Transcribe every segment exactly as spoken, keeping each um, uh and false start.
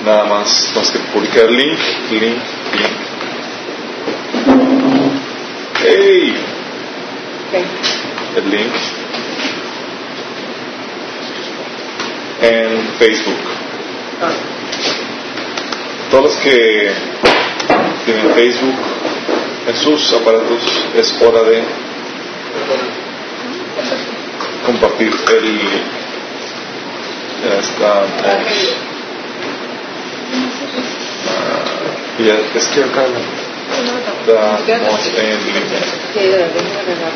nada más tenemos que publicar el link, link, link. ¡Hey! Okay. El link en Facebook. Ah. Todos los que tienen Facebook en sus aparatos, es hora de compartir el link. Ya está. Uh, ya es que acá estamos en línea. Sí, de verdad.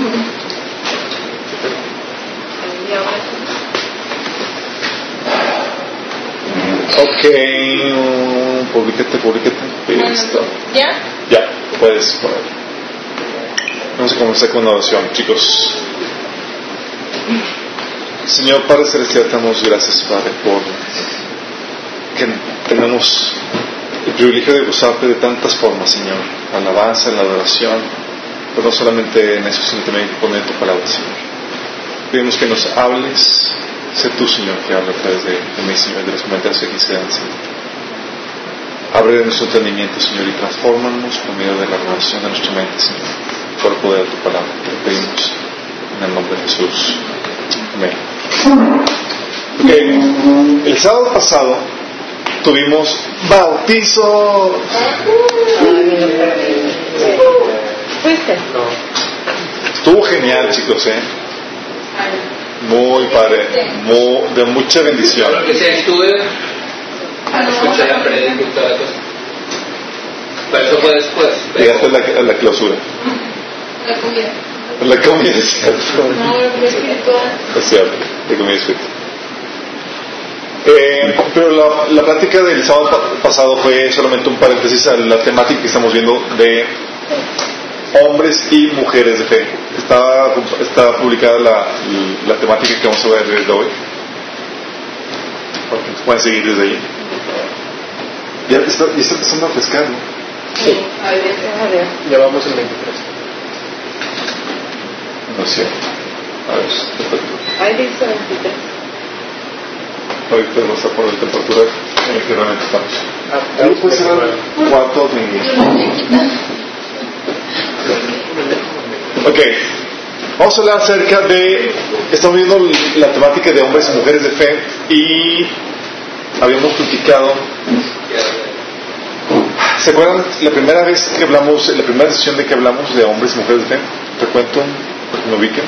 Ok, um, publícate, publícate. Listo. ¿Ya? Ya, puedes poner. Vamos a comenzar con una oración, chicos. Señor Padre Celestial, te damos gracias, Padre, por que tenemos el privilegio de gozarte de tantas formas, Señor. La alabanza, la adoración, pero no solamente en eso, sino también poner tu palabra, Señor. Pedimos que nos hables. Sé tú, Señor, que habla a través de, de mí, Señor, de los comentarios que aquí se dan, Señor. Abre nuestro entendimiento, Señor, y transfórmanos por medio de la revelación de nuestra mente, Señor, por el poder de tu palabra. Te lo pedimos en el nombre de Jesús. Amén. Ok, el sábado pasado tuvimos bautizo. ¿Fuiste? No. Estuvo genial, chicos, ¿eh? Muy padre, muy, de mucha bendición. Lo que sí estuve, escuché la prédica y toda la cosa. Pero eso fue después. Llegaste a la, a la clausura. La comida. La comida es cierto. No, la espiritual. Es cierto, la comida es cierto. Eh, pero la, la plática del sábado pa- pasado fue solamente un paréntesis a la temática que estamos viendo de hombres y mujeres de fe. Está, está publicada la, la temática que vamos a ver desde hoy. Porque pueden seguir desde ahí. Ya está, ya está empezando a refrescar, ¿no? Sí. A ver, a ver. Ya vamos en veintitrés. No es cierto. A ver, temperatura. Ahí dice veintitrés. Ahorita vamos a poner la temperatura en la que realmente estamos. Ah, Ahí puede ser el cuarto de... Ok, vamos a hablar acerca de, estamos viendo la temática de hombres y mujeres de fe y habíamos platicado, ¿se acuerdan la primera vez que hablamos, la primera sesión de que hablamos de hombres y mujeres de fe? ¿Te cuento? Para que me ubiquen.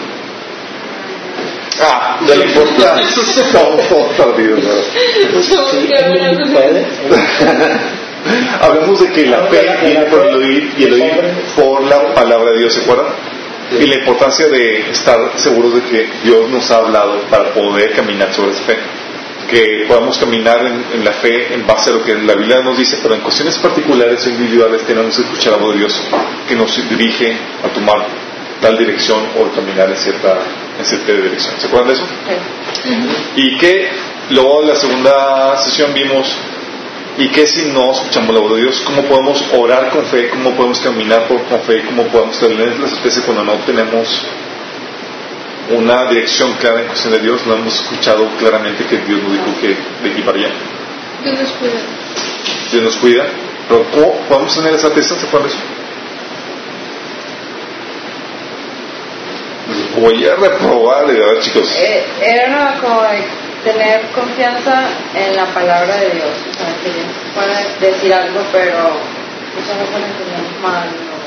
Ah, de la importancia. Estamos todos perdidos, ¿verdad? Hablamos de que la fe viene por el oír y el oír por la palabra de Dios, ¿se acuerdan? Y la importancia de estar seguros de que Dios nos ha hablado para poder caminar sobre esa fe, que podamos caminar en, en la fe en base a lo que la Biblia nos dice, pero en cuestiones particulares o individuales tenemos que escuchar la voz de Dios que nos dirige a tomar tal dirección o caminar en cierta, en cierta dirección. ¿Se acuerdan de eso? Sí. Y que luego en la segunda sesión vimos y que si no escuchamos la voz de Dios, cómo podemos orar con fe, cómo podemos caminar por, con fe, cómo podemos tener la certeza cuando no tenemos una dirección clara en cuestión de Dios, no hemos escuchado claramente que Dios nos dijo que de aquí para allá. Dios nos cuida. Dios nos cuida, pero ¿cómo podemos tener esa certeza? ¿Se acuerdan de eso? Voy a reprobar, de verdad, chicos. Eh, era como de tener confianza en la palabra de Dios. O sea, que Dios puede decir algo, pero eso no puede entender mal.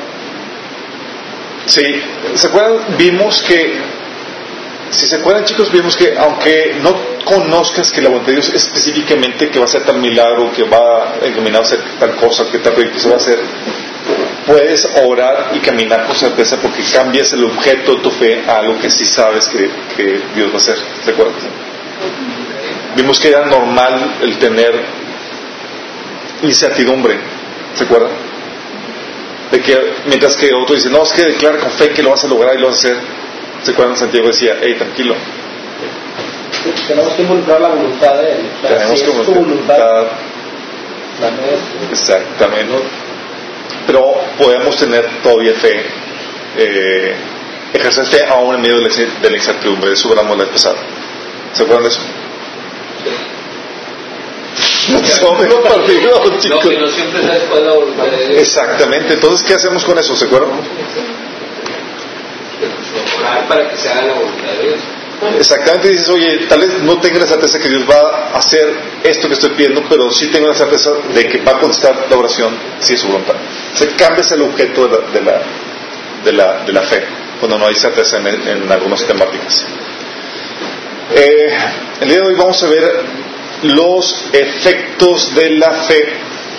¿No? Sí, ¿se acuerdan? Vimos que, si se acuerdan, chicos, vimos que aunque no conozcas que la voluntad de Dios específicamente que va a ser tal milagro, que va encaminado a hacer tal cosa, que tal proyecto se va a hacer, puedes orar y caminar con certeza porque cambias el objeto de tu fe a algo que sí sabes que, que Dios va a hacer. ¿Se acuerdan? Vimos que era normal el tener incertidumbre. ¿Se acuerdan? De que mientras que otro dice, no, es que declara con fe que lo vas a lograr y lo vas a hacer. ¿Se acuerdan? Santiago decía, hey, tranquilo. Tenemos que involucrar la voluntad de Él. O sea, Tenemos si que es su voluntad. la nuestra. Exactamente. Pero podemos tener todavía fe, eh, ejercer fe aún en medio de la, de la incertidumbre. Eso hablamos la vez pasada. ¿Se acuerdan de eso? Son menos partidos, No, chicos. que no siempre sabes cuál es la voluntad de Dios. Exactamente. Entonces, ¿qué hacemos con eso? ¿Se acuerdan? Orar para que se haga la voluntad de Dios. Exactamente. Dices, oye, tal vez no tenga la certeza que Dios va a hacer esto que estoy pidiendo, pero sí tengo la certeza de que va a contestar la oración si es su voluntad. O sea, cambias el objeto de la, de la, de la, de la fe cuando no hay certeza en, en algunas temáticas. Eh, el día de hoy vamos a ver los efectos de la fe.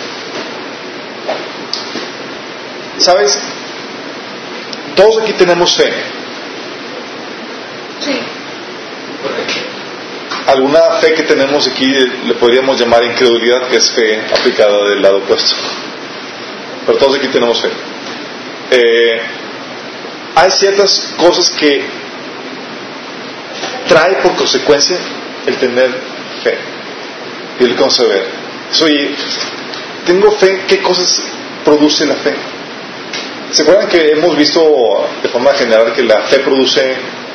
¿Sabes? Todos aquí tenemos fe. Sí. Alguna fe que tenemos aquí le podríamos llamar incredulidad, que es fe aplicada del lado opuesto. Pero todos aquí tenemos fe. Eh, hay ciertas cosas que trae por consecuencia el tener fe. Y es lo que vamos a ver. Oye, tengo fe, ¿qué cosas produce la fe? ¿Se acuerdan que hemos visto de forma general que la fe produce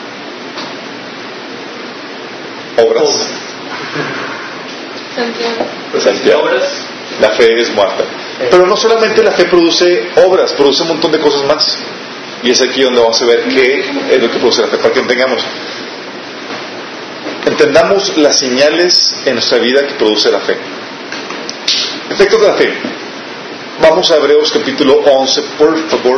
obras? Santiago. Santiago. La fe es muerta. Pero no solamente la fe produce obras, produce un montón de cosas más. Y es aquí donde vamos a ver qué es lo que produce la fe, para que entendamos. Entendamos las señales en nuestra vida que produce la fe. Efectos de la fe. Vamos a Hebreos capítulo once, por favor.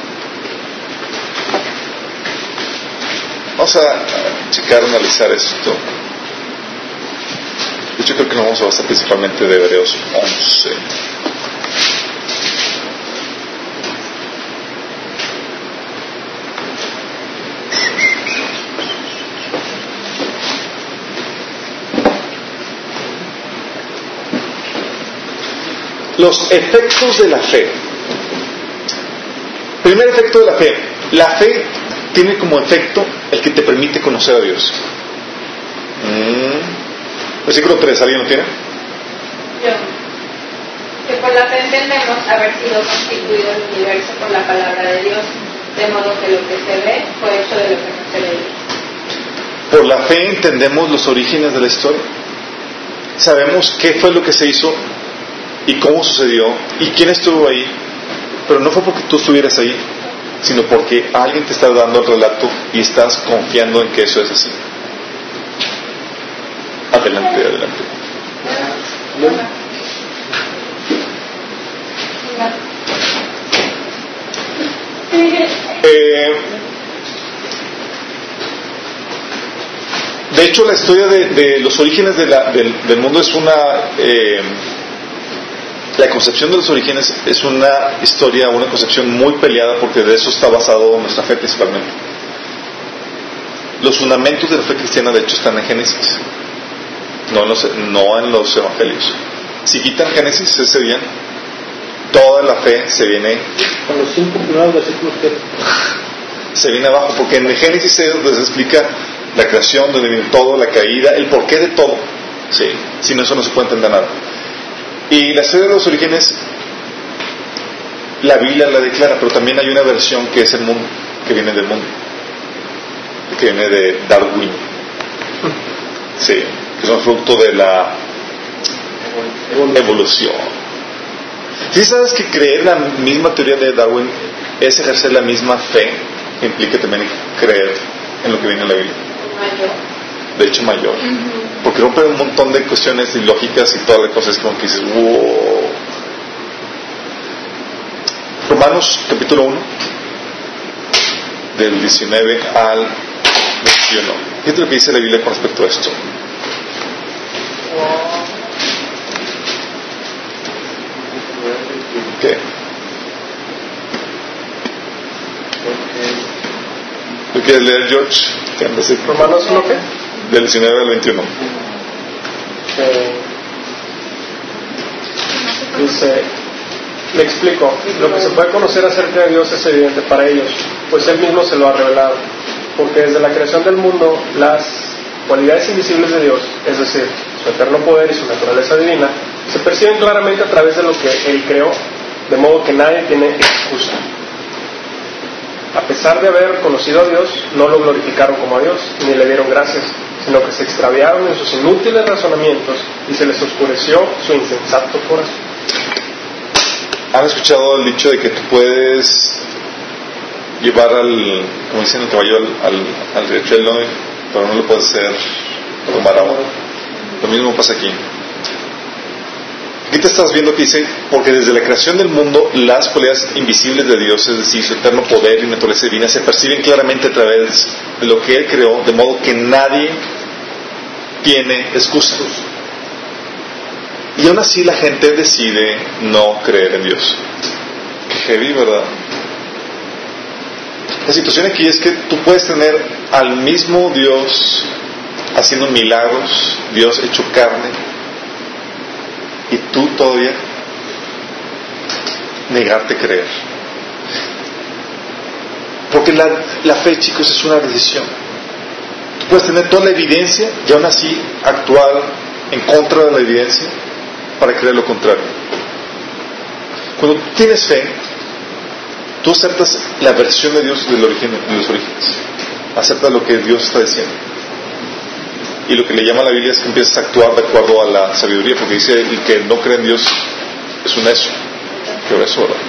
Vamos a checar, analizar esto. De hecho, creo que nos vamos a basar principalmente de Hebreos once. Los efectos de la fe. Primer efecto de la fe. La fe tiene como efecto el que te permite conocer a Dios. Mm. Versículo tres, ¿alguien lo tiene? Yo. Que por la fe entendemos haber sido constituido el universo por la palabra de Dios, de modo que lo que se ve fue hecho de lo que no se ve. Por la fe entendemos los orígenes de la historia. Sabemos qué fue lo que se hizo y cómo sucedió y quién estuvo ahí, pero no fue porque tú estuvieras ahí, sino porque alguien te está dando el relato y estás confiando en que eso es así. Adelante, adelante. Eh, de hecho, la historia de, de los orígenes de la, del, del mundo es una eh, la concepción de los orígenes es una historia, una concepción muy peleada, porque de eso está basado nuestra fe principalmente. Los fundamentos de la fe cristiana, de hecho, están en Génesis, no en los, no en los evangelios. Si quitan Génesis ese día, toda la fe se viene con los cinco primeros versículos que se viene abajo, porque en el Génesis es donde se explica la creación, donde viene todo, la caída, el porqué de todo. Sí, sin eso no se puede entender nada. Y la historia de los orígenes, la Biblia la declara, pero también hay una versión que es el mundo, que viene del mundo, que viene de Darwin. Sí, que es un fruto de la evolución. ¿Sí sabes que creer la misma teoría de Darwin es ejercer la misma fe? Implica también creer en lo que viene en la Biblia. De hecho, mayor. Porque rompe un montón de cuestiones ilógicas y todas las cosas, como que dices, wow. Romanos capítulo uno, del diecinueve al veintiuno. Fíjate lo que dice la Biblia con respecto a esto. ¿Qué? ¿Lo quieres leer, George? Romanos uno, ¿qué? Del diecinueve al veintiuno. Eh, dice, le explico, lo que se puede conocer acerca de Dios es evidente para ellos, pues Él mismo se lo ha revelado, porque desde la creación del mundo las cualidades invisibles de Dios, es decir, su eterno poder y su naturaleza divina, se perciben claramente a través de lo que Él creó, de modo que nadie tiene excusa. A pesar de haber conocido a Dios, no lo glorificaron como a Dios, ni le dieron gracias, sino que se extraviaron en sus inútiles razonamientos y se les oscureció su insensato corazón. ¿Han escuchado el dicho de que tú puedes llevar al, como dicen el caballo, al, al, al riachuelo, pero no lo puedes hacer tomar agua? Lo mismo pasa aquí. Aquí te estás viendo que dice, porque desde la creación del mundo las cualidades invisibles de Dios, es decir, su eterno poder y naturaleza divina, se perciben claramente a través de lo que Él creó, de modo que nadie tiene excusas. Y aún así la gente decide no creer en Dios. Qué heavy, ¿verdad? La situación aquí es que tú puedes tener al mismo Dios haciendo milagros, Dios hecho carne, y tú todavía negarte a creer. Porque la, la fe, chicos, es una decisión. Tú puedes tener toda la evidencia y aún así actuar en contra de la evidencia para creer lo contrario. Cuando tú tienes fe, tú aceptas la versión de Dios del origen, de los orígenes. Aceptas lo que Dios está diciendo. Y lo que le llama a la Biblia es que empiezas a actuar de acuerdo a la sabiduría, porque dice el que no cree en Dios es un necio. Pero eso, ¿verdad?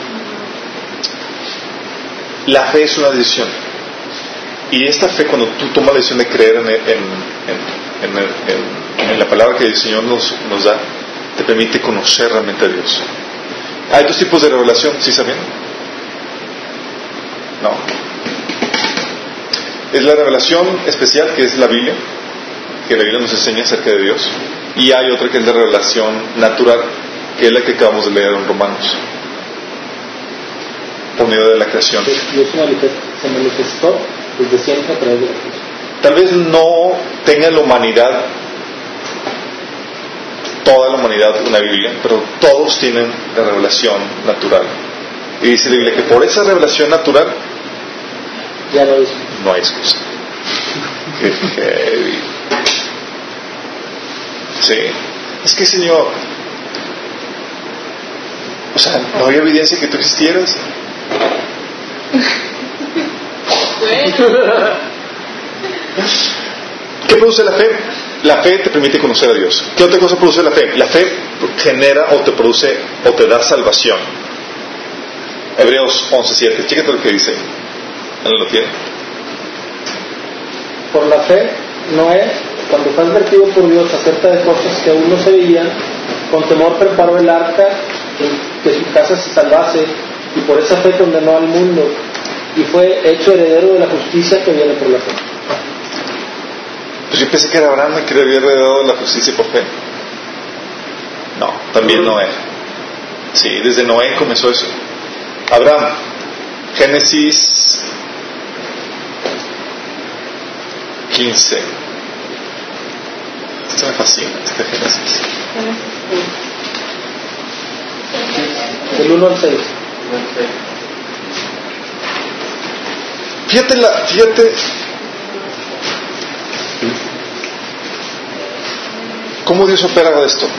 La fe es una decisión. Y esta fe, cuando tú tomas la decisión de creer en, en, en, en, en, en la palabra que el Señor nos, nos da, te permite conocer realmente a Dios. Hay dos tipos de revelación, ¿sí saben? No. Es la revelación especial, que es la Biblia, que la Biblia nos enseña acerca de Dios, y hay otra que es la revelación natural, que es la que acabamos de leer en Romanos, por medio de la creación. Dios se manifestó desde siempre a través de la cruz. Tal vez no tenga la humanidad, toda la humanidad, una Biblia, pero todos tienen la revelación natural. Y dice la Biblia que por esa revelación natural ya no, es. no hay excusa. Qué heavy. Sí, es que, Señor, o sea, no había evidencia que tú existieras. ¿Qué produce la fe? La fe te permite conocer a Dios. ¿Qué otra cosa produce la fe? La fe genera o te produce o te da salvación. Hebreos once siete, chécate lo que dice. ¿No lo tiene? Por la fe, Noé, cuando fue advertido por Dios acerca de cosas que aún no se veían, con temor preparó el arca, que su casa se salvase, y por esa fe condenó al mundo, y fue hecho heredero de la justicia que viene por la fe. Pues yo pensé que era Abraham el que le había heredado la justicia por fe. No, también Noé. Sí, desde Noé comenzó eso. Abraham, Génesis quince. Esto me fascina, este Génesis. Del uno al seis. Fíjate, la, fíjate cómo Dios opera de esto.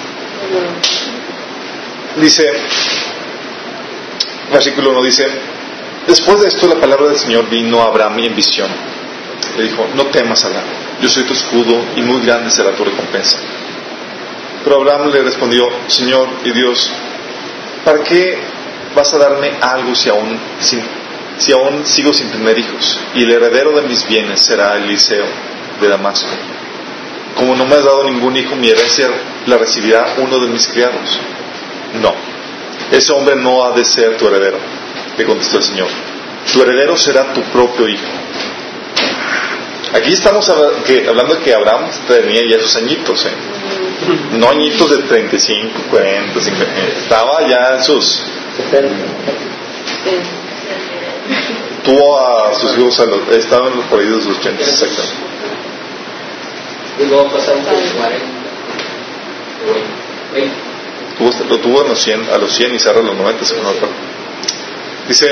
Dice, versículo uno dice, después de esto la palabra del Señor vino a Abraham en visión. Le dijo, no temas, Abraham, yo soy tu escudo y muy grande será tu recompensa. Pero Abraham le respondió, Señor y Dios, ¿para qué vas a darme algo si aún, sin, si aún sigo sin tener hijos? Y el heredero de mis bienes será Eliseo de Damasco. Como no me has dado ningún hijo, mi herencia la recibirá uno de mis criados. No, ese hombre no ha de ser tu heredero, le contestó el Señor. Tu heredero será tu propio hijo. Aquí estamos hablando de que Abraham tenía ya sus añitos, ¿eh? No añitos de treinta y cinco, cuarenta, cincuenta, estaba ya en sus... Tuvo a sus hijos, a los, estaban por ahí de sus ochenta, exactamente. Y luego pasaron por cuarenta. Tuvo, lo tuvo a los cien, a los cien y Sara a los noventa, según no recuerdo. Dice,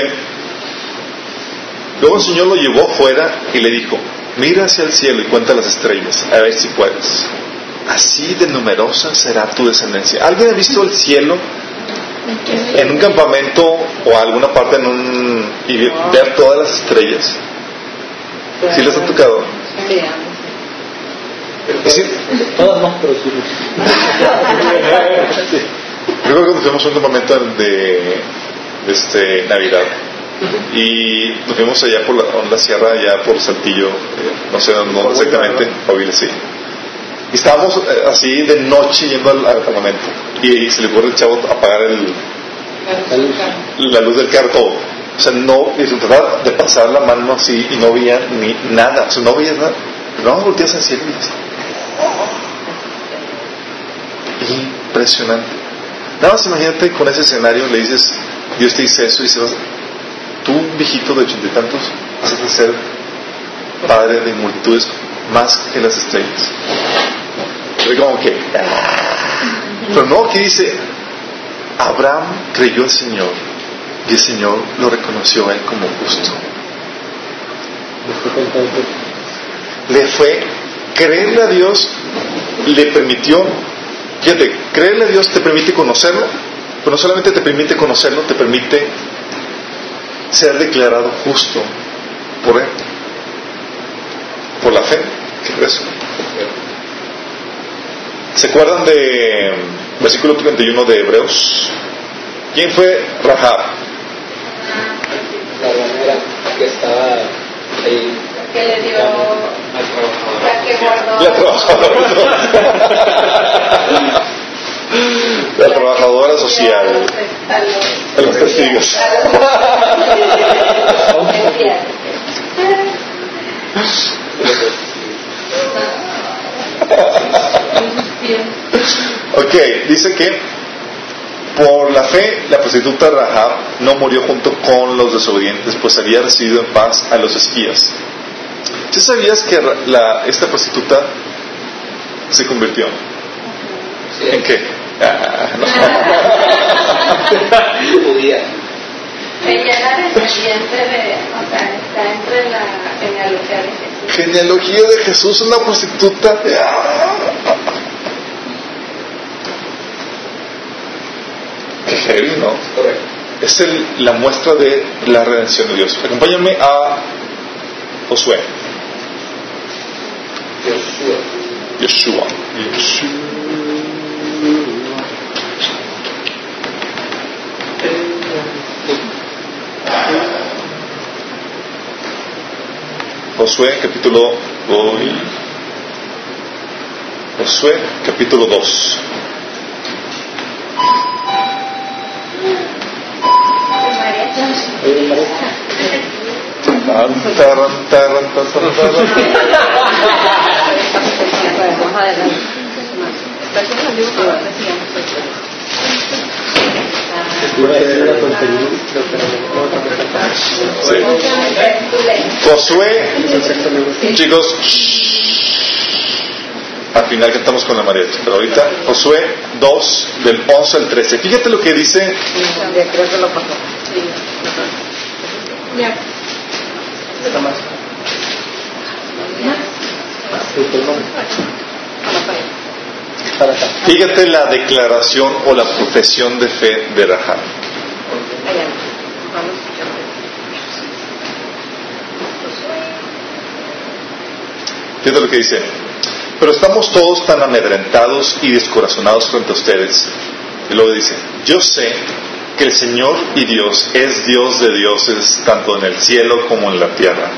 luego el Señor lo llevó fuera y le dijo, mira hacia el cielo y cuenta las estrellas, a ver si puedes. Así de numerosa será tu descendencia. ¿Alguien ha visto el cielo en un campamento o alguna parte en un y ver todas las estrellas? ¿Sí les ha tocado? Sí. Todas no, pero sí. Sí. Recuerdo cuando fuimos a un campamento de, de este, Navidad y nos fuimos allá por la, la sierra, allá por Saltillo, eh, no sé dónde exactamente, Coahuila, sí. Y estábamos eh, así de noche yendo al, al campamento y, y se le ocurre al chavo apagar el, la luz del carro, todo. O sea, no, y trataba de pasar la mano así y no veía ni nada, o sea, no veía nada. Pero no volteas al cielo y dices, impresionante. Nada más imagínate con ese escenario, le dices, Dios te dice eso y dices, tú, viejito de ochenta y tantos, vas a ser padre de multitudes más que las estrellas. Pero como que, pero no, aquí dice, Abraham creyó al Señor y el Señor lo reconoció a él como justo. Le fue, creerle a Dios le permitió, fíjate, creerle a Dios te permite conocerlo, pero no solamente te permite conocerlo, te permite ser declarado justo por él, por la fe. ¿Qué es eso? ¿Se acuerdan de versículo treinta y uno de Hebreos? ¿Quién fue Rahab? La ramera que estaba ahí. Que le dio, la que guardó, La trabajadora, la trabajadora social, a los testigos. Ok, dice que por la fe la prostituta Rahab no murió junto con los desobedientes, pues había recibido en paz a los espías. ¿Tú sabías que la, esta prostituta se convirtió? Sí. ¿En qué? Ah, no. Judía. ella era descendiente de, o sea, está entre la genealogía de Jesús. Genealogía de Jesús, una prostituta. Qué heavy, ¿no? Correcto. Es el, la muestra de la redención de Dios. Acompáñame a Josué. Josué. Yeshua. Josué capítulo hoy. Josué capítulo dos. Josué, chicos, al final cantamos con la mariachi, pero ahorita Josué dos del once al trece. Fíjate lo que dice. Ya. Fíjate la declaración o la profesión de fe de Rahab. Fíjate lo que dice. Pero estamos todos tan amedrentados y descorazonados frente a ustedes. Y luego dice, yo sé que el Señor y Dios es Dios de dioses, tanto en el cielo como en la tierra.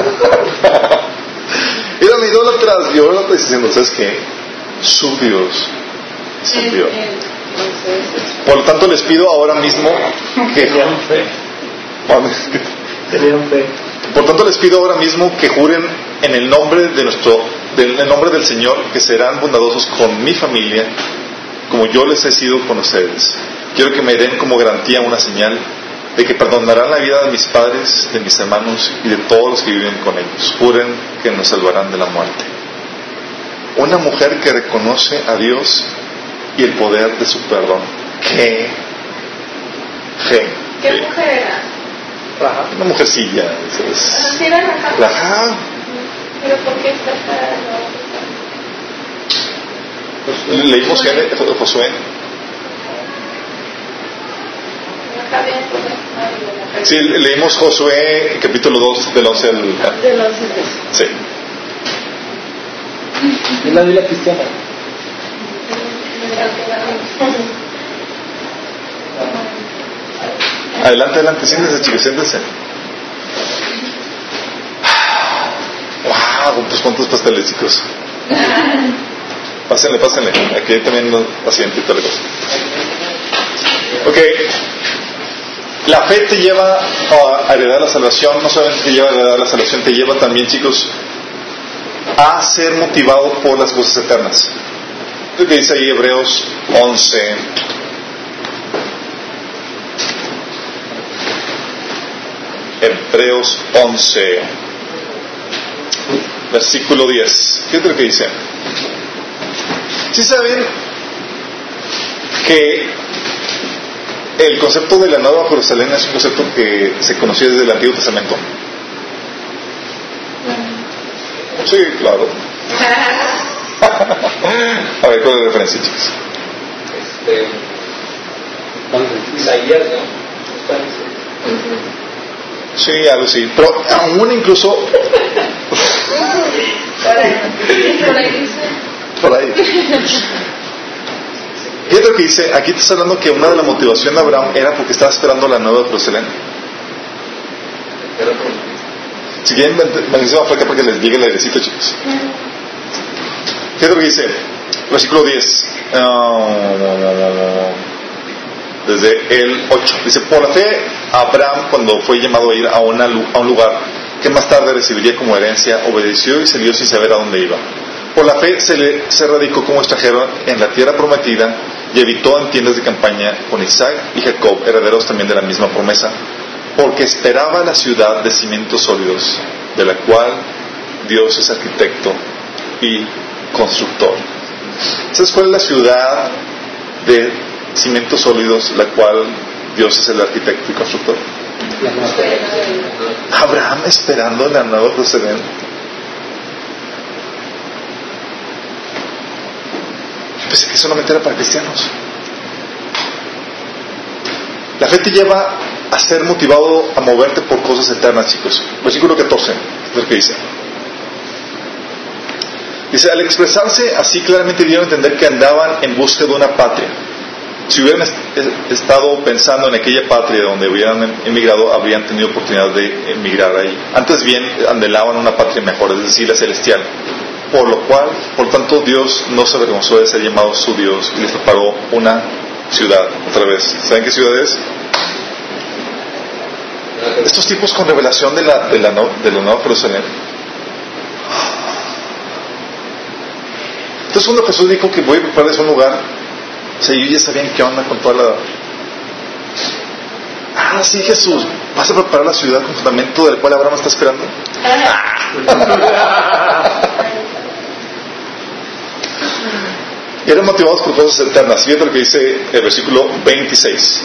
Era mi idólatras, y ahora te diciendo, ¿sabes qué? Su Dios es el Dios. Por lo tanto, les pido ahora mismo que... Tenían fe. Tenían fe. Por tanto, les pido ahora mismo que juren en el nombre de nuestro, del, en el nombre del Señor, que serán bondadosos con mi familia, como yo les he sido con ustedes. Quiero que me den como garantía una señal de que perdonarán la vida de mis padres, de mis hermanos y de todos los que viven con ellos. Juren que nos salvarán de la muerte. Una mujer que reconoce a Dios y el poder de su perdón. ¿Qué? ¿Qué? ¿Qué mujer era? Raja. Una mujercilla. ¿Sabes? ¿Sí era Rahab? Rahab. ¿Pero por qué está para no? Leímos Gene- Josué. Está bien, pues, no, no, Sí, leímos Josué capítulo dos del once al... de los Sí. Es la Biblia cristiana. Adelante, adelante, siéntense, chicos, siéntense. Wow, pues cuántos pasteles, chicos. Pásenle, pásenle. Aquí hay también un paciente y toda la cosa. Ok. La fe te lleva a heredar la salvación. No solamente te lleva a heredar la salvación, te lleva también, chicos, a ser motivado por las cosas eternas. Lo que dice ahí Hebreos once. Hebreos once, versículo diez. ¿Qué es lo que dice? ¿Sí saben que el concepto de la Nueva Jerusalén es un concepto que se conocía desde el Antiguo Testamento? Sí, claro. A ver, ¿cuál es la referencia, chicos? Este, Isaías, ¿no? Sí, algo así. Pero aún incluso... Por ahí. Fíjate lo que dice. Aquí te está hablando que una de las motivaciones de Abraham era porque estaba esperando la Nueva Jerusalén. Si quieren, venirse más acá para que les llegue el airecito, chicos. Fíjate lo que dice. Versículo diez. Desde el ocho. Dice, por la fe, Abraham, cuando fue llamado a ir a, una, a un lugar que más tarde recibiría como herencia, obedeció y salió sin saber a dónde iba. Por la fe se, le, se radicó como extranjero en la tierra prometida y habitó en tiendas de campaña con Isaac y Jacob, herederos también de la misma promesa, porque esperaba la ciudad de cimientos sólidos, de la cual Dios es arquitecto y constructor. ¿Sabes cuál es la ciudad de cimientos sólidos, la cual Dios es el arquitecto y constructor? Abraham esperando en la Nueva Jerusalén. Pensé que solamente era para cristianos. La fe te lleva a ser motivado a moverte por cosas eternas, chicos. Versículo catorce, es lo que dice. Dice, al expresarse así claramente dieron a entender que andaban en busca de una patria. Si hubieran est- estado pensando en aquella patria donde hubieran emigrado, habrían tenido oportunidad de emigrar ahí. Antes bien, anhelaban una patria mejor, es decir, la celestial. Por lo cual, por tanto, Dios no se avergonzó de ser llamado su Dios y les preparó una ciudad. Otra vez, ¿saben qué ciudad es? Estos tipos con revelación de la, de la, de la Nueva Jerusalén. Entonces, cuando Jesús dijo que voy a prepararles un lugar, o sea, ellos ya sabían qué onda con toda la... Ah, sí, Jesús, ¿vas a preparar la ciudad con fundamento del cual Abraham está esperando? Y eran motivados por cosas eternas. Fíjate lo que dice el versículo veintiséis.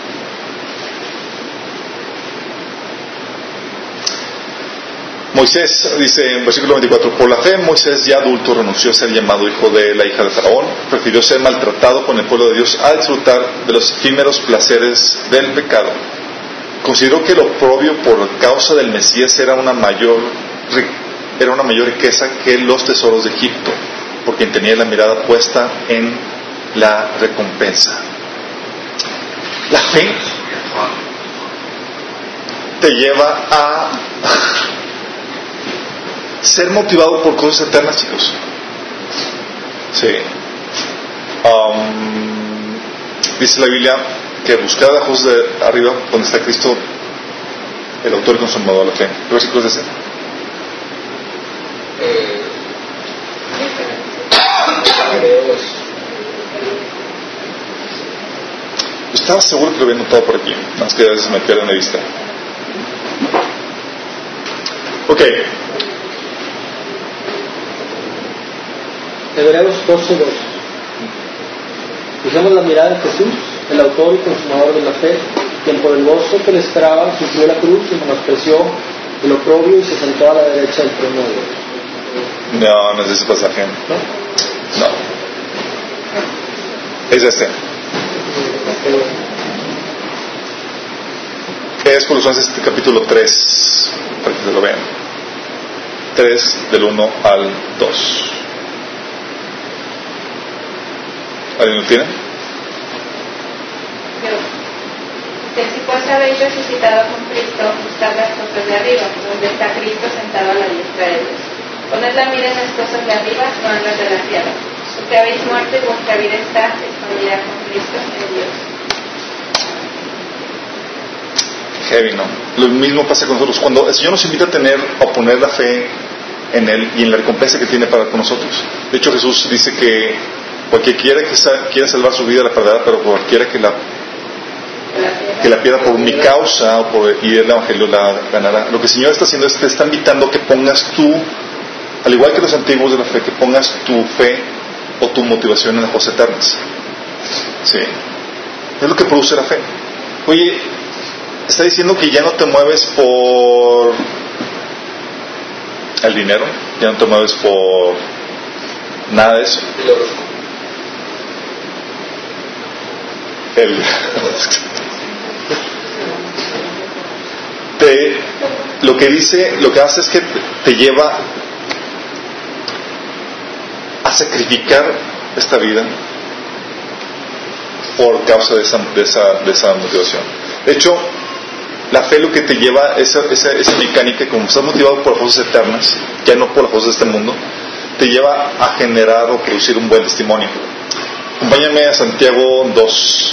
Moisés dice en versículo veinticuatro, por la fe Moisés ya adulto renunció a ser llamado hijo de la hija de Faraón, prefirió ser maltratado con el pueblo de Dios a disfrutar de los efímeros placeres del pecado. Consideró que lo oprobio por causa del Mesías era una mayor era una mayor riqueza que los tesoros de Egipto, porque tenía la mirada puesta en la recompensa. La fe te lleva a ser motivado por cosas eternas, chicos. Sí. Um, dice la Biblia que buscad a ojos de arriba donde está Cristo, el autor y consumador de la fe. ¿Qué versículos dice? Eh, Estaba seguro que lo había notado por aquí, más que a veces me pierden de vista. Ok. Hebreos doce dos. Fijemos la mirada en Jesús, el autor y consumador de la fe, quien por el gozo que le esperaba sufrió la cruz y menospreció el oprobio y se sentó a la derecha del trono de Dios. No, no es ese pasaje. ¿No? No. Es este. Es Colosenses capítulo tres, para que se lo vean. tres del uno al dos. ¿Alguien lo tiene? Que si pues habéis resucitado con Cristo, buscad las cosas de arriba, donde está Cristo sentado a la diestra de Dios. Poned la mira en las cosas de arriba, no en las de la tierra, porque habéis muerto y vuestra vida está escondida con Cristo en Dios. Heavy, ¿no? Lo mismo pasa con nosotros. Cuando el Señor nos invita a tener o poner la fe en Él y en la recompensa que tiene para con nosotros. De hecho, Jesús dice que cualquiera que quiera salvar su vida la perderá, pero cualquiera que la que la pierda por mi causa o por y el evangelio la ganará. Lo que el Señor está haciendo es te está invitando a que pongas tú, al igual que los antiguos de la fe, que pongas tu fe o tu motivación en las cosas eternas. Sí. Es lo que produce la fe. Oye, está diciendo que ya no te mueves por el dinero, ya no te mueves por nada de eso. El te, lo que dice, lo que hace es que te lleva a sacrificar esta vida por causa de esa, de esa, de esa motivación. De hecho, la fe lo que te lleva esa, esa, esa mecánica, como estás motivado por las cosas eternas, ya no por las cosas de este mundo, te lleva a generar o producir un buen testimonio. Acompáñame a Santiago dos.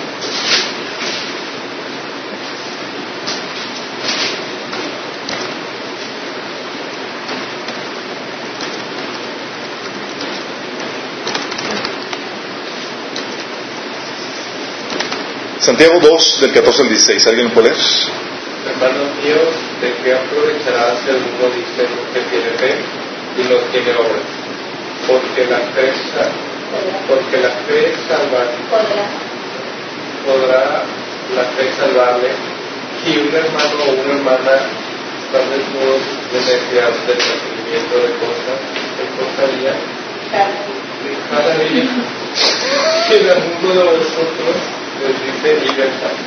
Santiago dos, del catorce al dieciséis. ¿Alguien lo puede leer? Hermanos míos, ¿de qué aprovechará si alguno dice que tiene fe y no tiene obras? Porque la fe, porque la fe es salvar. Podrá la fe salvarle. Si un hermano o una hermana están desnudos de necesidad del sufrimiento de cosas, ¿qué cosa haría? Cada día. Si en alguno de vosotros les dice libertad.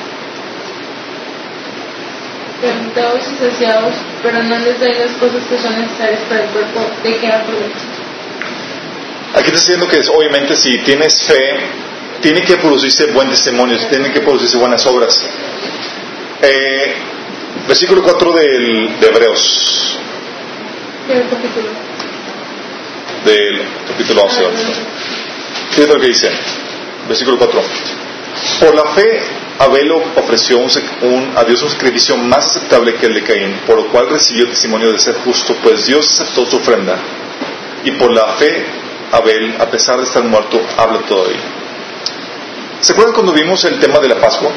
Preguntaos y saciaos, pero no les dais las cosas que son necesarias para el cuerpo, ¿de qué aprovechan? Aquí está diciendo que obviamente si tienes fe, tiene que producirse buen testimonio, tienen que producirse buenas obras. Eh, versículo cuatro del, de Hebreos. ¿Qué capítulo? Del capítulo once. Fíjate lo que dice. Versículo cuatro. Por la fe, Abel ofreció un, un, a Dios un sacrificio más aceptable que el de Caín, por lo cual recibió testimonio de ser justo, pues Dios aceptó su ofrenda. Y por la fe, Abel, a pesar de estar muerto, habla todavía. ¿Se acuerdan cuando vimos el tema de la Pascua?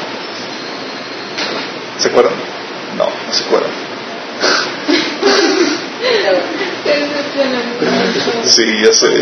¿Se acuerdan? No, no se acuerdan. Sí, ya sé.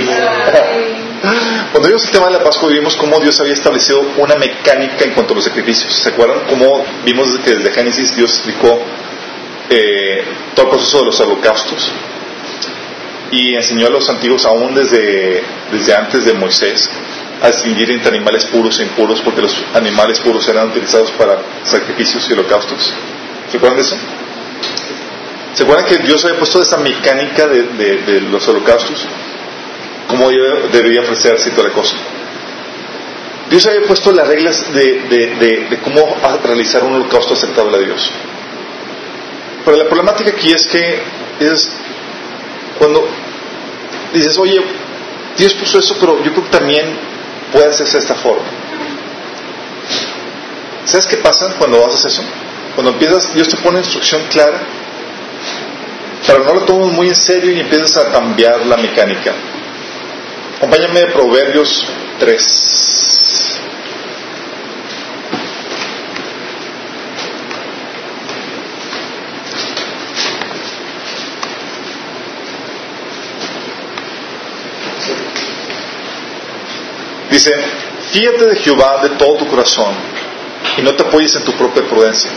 Cuando vimos el tema de la Pascua vimos cómo Dios había establecido una mecánica en cuanto a los sacrificios. ¿Se acuerdan? Cómo vimos que desde Génesis Dios explicó eh, todo el proceso de los holocaustos y enseñó a los antiguos, aún desde, desde antes de Moisés, a distinguir entre animales puros e impuros, porque los animales puros eran utilizados para sacrificios y holocaustos. ¿Se acuerdan de eso? ¿Se acuerdan que Dios había puesto esa mecánica de, de, de los holocaustos? ¿Cómo debería ofrecerse y toda la cosa? Dios había puesto las reglas de, de, de, de cómo realizar un holocausto aceptable a Dios. Pero la problemática aquí es que es cuando dices, oye, Dios puso eso, pero yo creo que también puede hacerse de esta forma. ¿Sabes qué pasa cuando haces eso? Cuando empiezas, Dios te pone instrucción clara, pero no lo tomas muy en serio y empiezas a cambiar la mecánica. Acompáñame a Proverbios tres. Dice, fíjate de Jehová de todo tu corazón y no te apoyes en tu propia prudencia.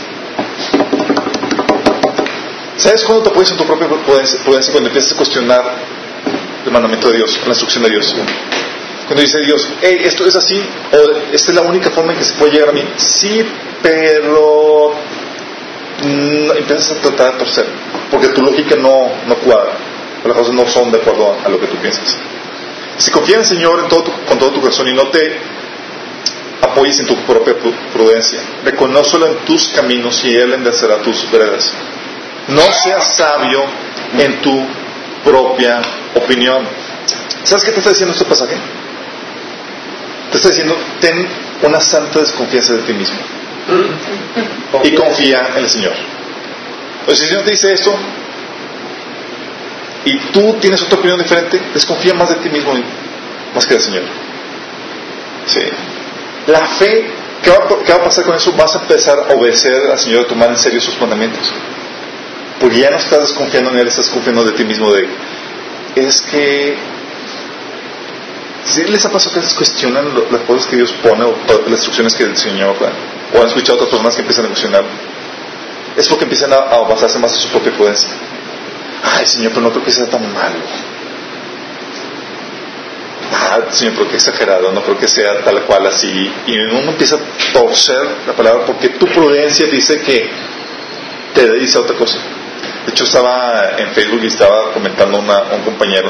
¿Sabes cuándo te apoyas en tu propia prudencia? Cuando empiezas a cuestionar el mandamiento de Dios, la instrucción de Dios. Cuando dice Dios, hey, esto es así, o esta es la única forma en que se puede llegar a mí. Sí, pero no, empiezas a tratar de torcer, porque tu lógica no, no cuadra, las cosas no son de acuerdo a lo que tú piensas. Si confías en el Señor en todo tu, con todo tu corazón y no te apoyes en tu propia prudencia, reconócelo en tus caminos y Él enderezará tus veredas. No seas sabio en tu propia opinión. ¿Sabes qué te está diciendo este pasaje? Te está diciendo, ten una santa desconfianza de ti mismo y confía en el Señor. Entonces, si el Señor te dice esto y tú tienes otra opinión diferente, desconfía más de ti mismo más que del Señor. Sí. La fe, ¿qué va, ¿qué va a pasar con eso? Vas a empezar a obedecer al Señor, a tomar en serio sus mandamientos, porque ya no estás desconfiando en Él, estás confiando de ti mismo. De es que si les ha pasado que les cuestionan las cosas que Dios pone o las instrucciones que el Señor da, o han escuchado a otras personas que empiezan a cuestionar, es porque empiezan a, a basarse más en su propia prudencia. Ay, Señor, pero no creo que sea tan malo. Ah, Señor, pero que exagerado, no creo que sea tal cual así. Y uno empieza a torcer la palabra porque tu prudencia dice que te dice otra cosa. De hecho, estaba en Facebook y estaba comentando una, un compañero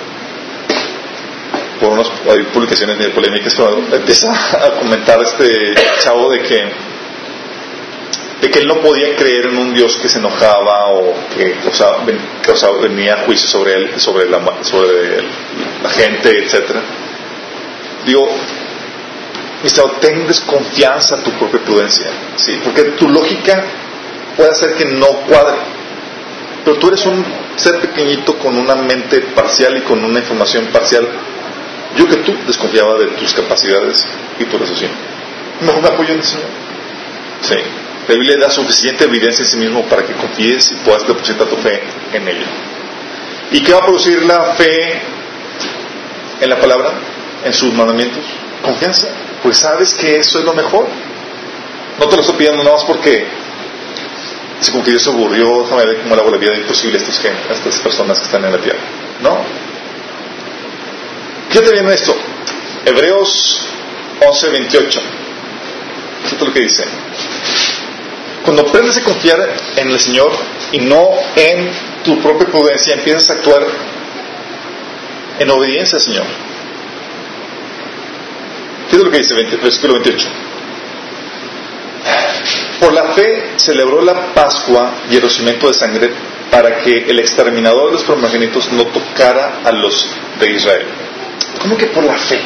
por unas publicaciones de polémicas, pero empieza a comentar este chavo de que de que él no podía creer en un Dios que se enojaba o que o sea, ven, que, o sea, venía a juicio sobre él, sobre la, sobre la gente, etcétera. Digo, Mister ten desconfianza a tu propia prudencia, ¿sí? Porque tu lógica puede hacer que no cuadre, pero tú eres un ser pequeñito con una mente parcial y con una información parcial. Yo que tú desconfiaba de tus capacidades y tu razón. Mejor me apoyo en el Señor. Sí. La Biblia da suficiente evidencia en sí mismo para que confíes y puedas depositar tu fe en ella. ¿Y qué va a producir la fe en la palabra? En sus mandamientos. Confianza. Pues sabes que eso es lo mejor. No te lo estoy pidiendo nada más porque si como que Dios se aburrió, déjame ver cómo le hago la vida imposible a estas, a estas personas que están en la tierra. No. Fíjate bien esto. Hebreos once veintiocho. Fíjate lo que dice. Cuando aprendes a confiar en el Señor y no en tu propia prudencia, empiezas a actuar en obediencia al Señor. Fíjate lo que dice versículo veintiocho. Por la fe celebró la Pascua y el rocimiento de sangre para que el exterminador de los primogénitos no tocara a los de Israel. ¿Cómo que por la fe?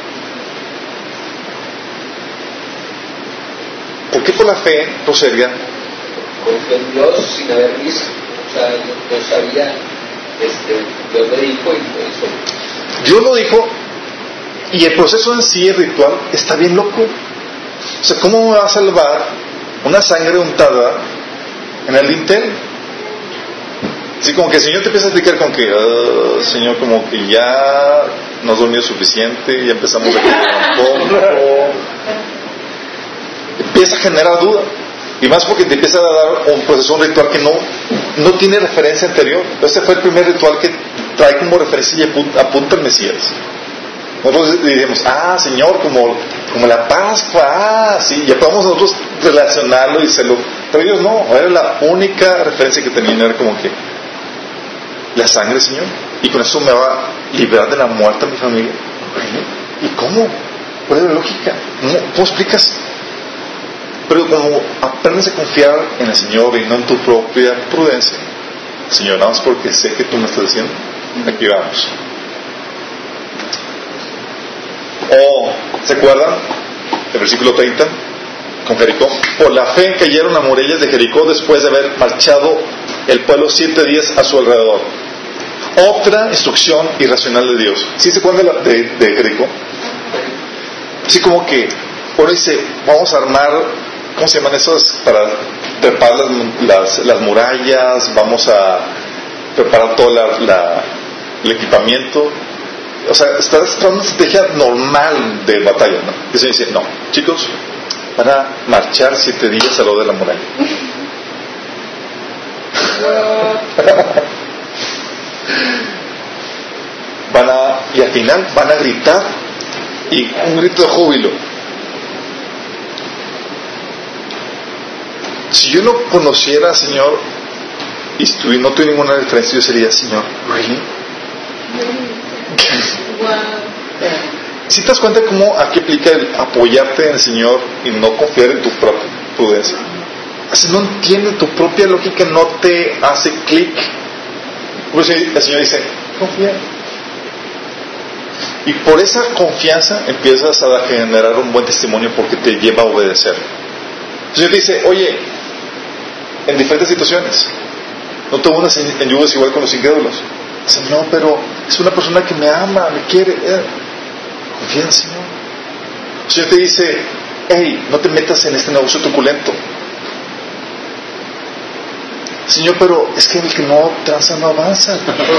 ¿Por qué por la fe procedía? Porque en Dios sin haber visto, o sea, yo, yo sabía, este, Dios me dijo y lo hizo. Dios lo dijo, y el proceso en sí, el ritual, está bien loco. O sea, ¿cómo me va a salvar una sangre untada en el dintel? Así como que el Señor te empieza a explicar con que, uh, Señor, como que ya no has dormido suficiente, ya empezamos a quedar un poco. Empieza a generar duda. Y más porque te empieza a dar un proceso, un ritual que no, no tiene referencia anterior. Este fue el primer ritual que trae como referencia y apunta, apunta al Mesías. Nosotros diríamos, ah, Señor, como, como la Pascua, ah, sí, ya podemos nosotros relacionarlo y hacerlo. Pero ellos no, era la única referencia que tenían, era como que la sangre, Señor, y con eso me va a liberar de la muerte a mi familia. ¿Y cómo? ¿Cuál es la lógica? ¿Cómo, cómo explicas? Pero como aprendes a confiar en el Señor y no en tu propia prudencia, Señor, nada más porque sé que tú me estás diciendo, aquí vamos. O, ¿se acuerdan? El versículo treinta, con Jericó. Por la fe cayeron las murallas de Jericó después de haber marchado el pueblo siete días a su alrededor. Otra instrucción irracional de Dios. ¿Sí se acuerdan de, la, de, de Jericó? Así como que uno dice, vamos a armar, ¿cómo se llaman esos? Para preparar las, las, las murallas, vamos a preparar todo la, la, el equipamiento. O sea, está tratando una estrategia normal de batalla, ¿no? Y se dice, no, chicos, van a marchar siete días a lo de la muralla. Van a, y al final van a gritar, y un grito de júbilo. Si yo no conociera al Señor y no tuviera ninguna referencia, yo sería, Señor, ¿really? Wow. Si te das cuenta cómo aquí aplica el apoyarte en el Señor y no confiar en tu propia prudencia. Si no entiendes tu propia lógica, no te hace clic. Por eso el Señor dice, confía. Y por esa confianza empiezas a generar un buen testimonio porque te lleva a obedecer. El Señor dice, oye, en diferentes situaciones, no te unas en, en yugo igual con los incrédulos. Dice, no, pero es una persona que me ama, me quiere. Eh. Confía en el Señor. El Señor te dice, hey, no te metas en este negocio truculento. Señor, pero es que el que no tranza no avanza.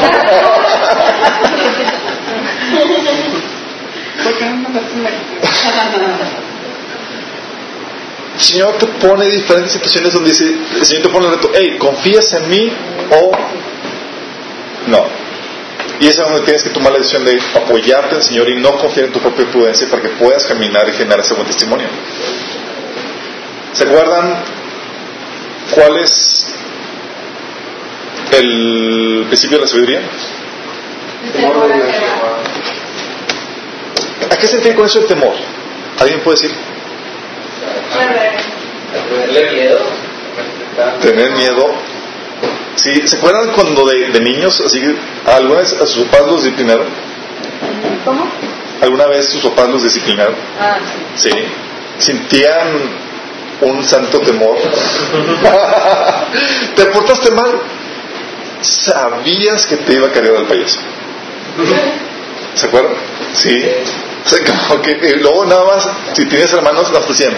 El Señor te pone diferentes situaciones donde dice, el Señor te pone el reto, hey, ¿confías en mí o no? Y es donde tienes que tomar la decisión de apoyarte en el Señor y no confiar en tu propia prudencia para que puedas caminar y generar ese buen testimonio. ¿Se acuerdan cuál es el principio de la sabiduría? ¿A qué se refiere con eso el temor? ¿Alguien puede decir? Tenerle miedo. Tener miedo. ¿Sí? ¿Se acuerdan cuando de, de niños, así, alguna vez a sus papás los disciplinaron? ¿Cómo? ¿Alguna vez sus papás los disciplinaron? Ah, sí. ¿Sí? ¿Sentían un santo temor? ¿Te portaste mal? Sabías que te iba a cargar al payaso. ¿Se acuerdan? Sí. O sea, como que y luego nada más, si tienes hermanos, las decían,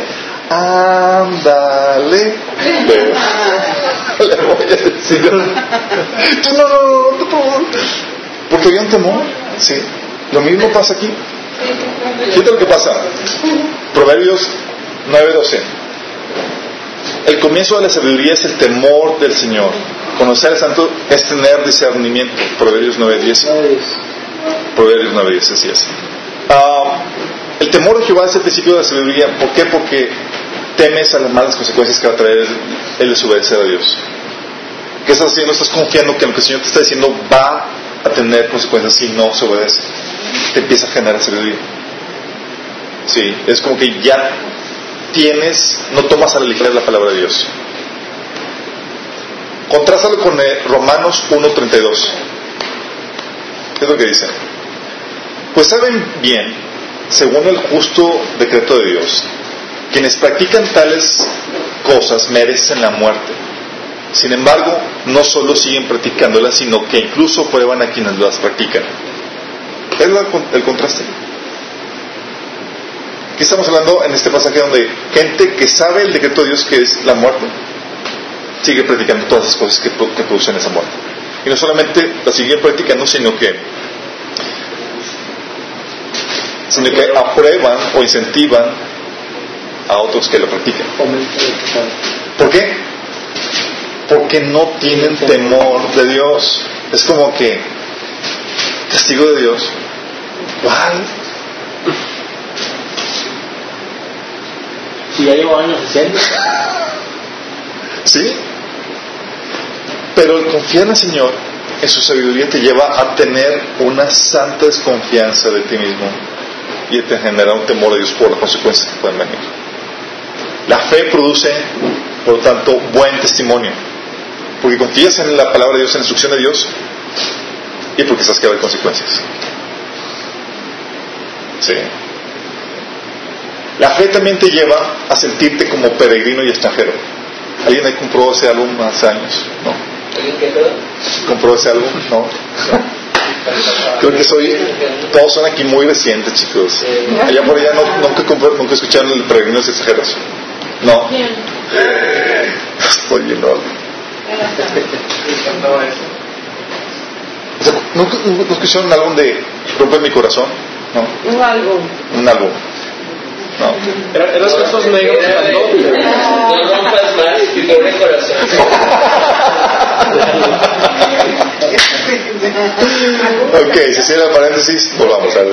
ándale, le, le voy a decir. Tú no, no, no, no, no, porque había un temor. Sí. Lo mismo pasa aquí. Fíjate lo que pasa. Proverbios nueve doce. El comienzo de la sabiduría es el temor del Señor. Conocer al Santo es tener discernimiento. Proverbios nueve diez. Proverbios nueve diez, así es. Uh, el temor de Jehová es el principio de la sabiduría. ¿Por qué? Porque temes a las malas consecuencias que va a traer el desobedecer a Dios. ¿Qué estás haciendo? Estás confiando que lo que el Señor te está diciendo va a tener consecuencias si no se obedece. Te empieza a generar sabiduría. Sí, es como que ya tienes, no tomas a la ligera la palabra de Dios. Contrástalo con eh, Romanos uno treinta y dos. ¿Qué es lo que dice? Pues saben bien, según el justo decreto de Dios, quienes practican tales cosas merecen la muerte. Sin embargo, no solo siguen practicándolas, sino que incluso prueban a quienes las practican. ¿Es la, el contraste? Aquí estamos hablando en este pasaje donde gente que sabe el decreto de Dios, que es la muerte, sigue practicando todas esas cosas que, que producen esa muerte. Y no solamente la siguen practicando, sino que sino que aprueban o incentivan a otros que lo practican. ¿Por qué? Porque no tienen temor de Dios. Es como que castigo de Dios. ¿Cuál? Si ya llevo años haciendo. ¿Sí? Pero el confiar en el Señor, en su sabiduría, te lleva a tener una santa desconfianza de ti mismo y te genera un temor de Dios por las consecuencias que pueden venir. La fe produce, por lo tanto, buen testimonio, porque confías en la palabra de Dios, en la instrucción de Dios, y porque sabes que va a haber consecuencias. ¿Sí? La fe también te lleva a sentirte como peregrino y extranjero. ¿Alguien ahí compró ese álbum hace años? ¿No? ¿Alguien qué pedo? ¿Compró ese álbum? No. Creo que soy, todos son aquí muy recientes, chicos. Allá por allá no, nunca, compró, nunca escucharon el peregrino de los extranjeros. No. Estoy bien, no. ¿Nunca, ¿Nunca escucharon un álbum de Rompe mi corazón? No. Un álbum. Un álbum. No. Eran esos negros. No rompas más y pobre corazón. Ok, si cierra el paréntesis, volvamos a ver.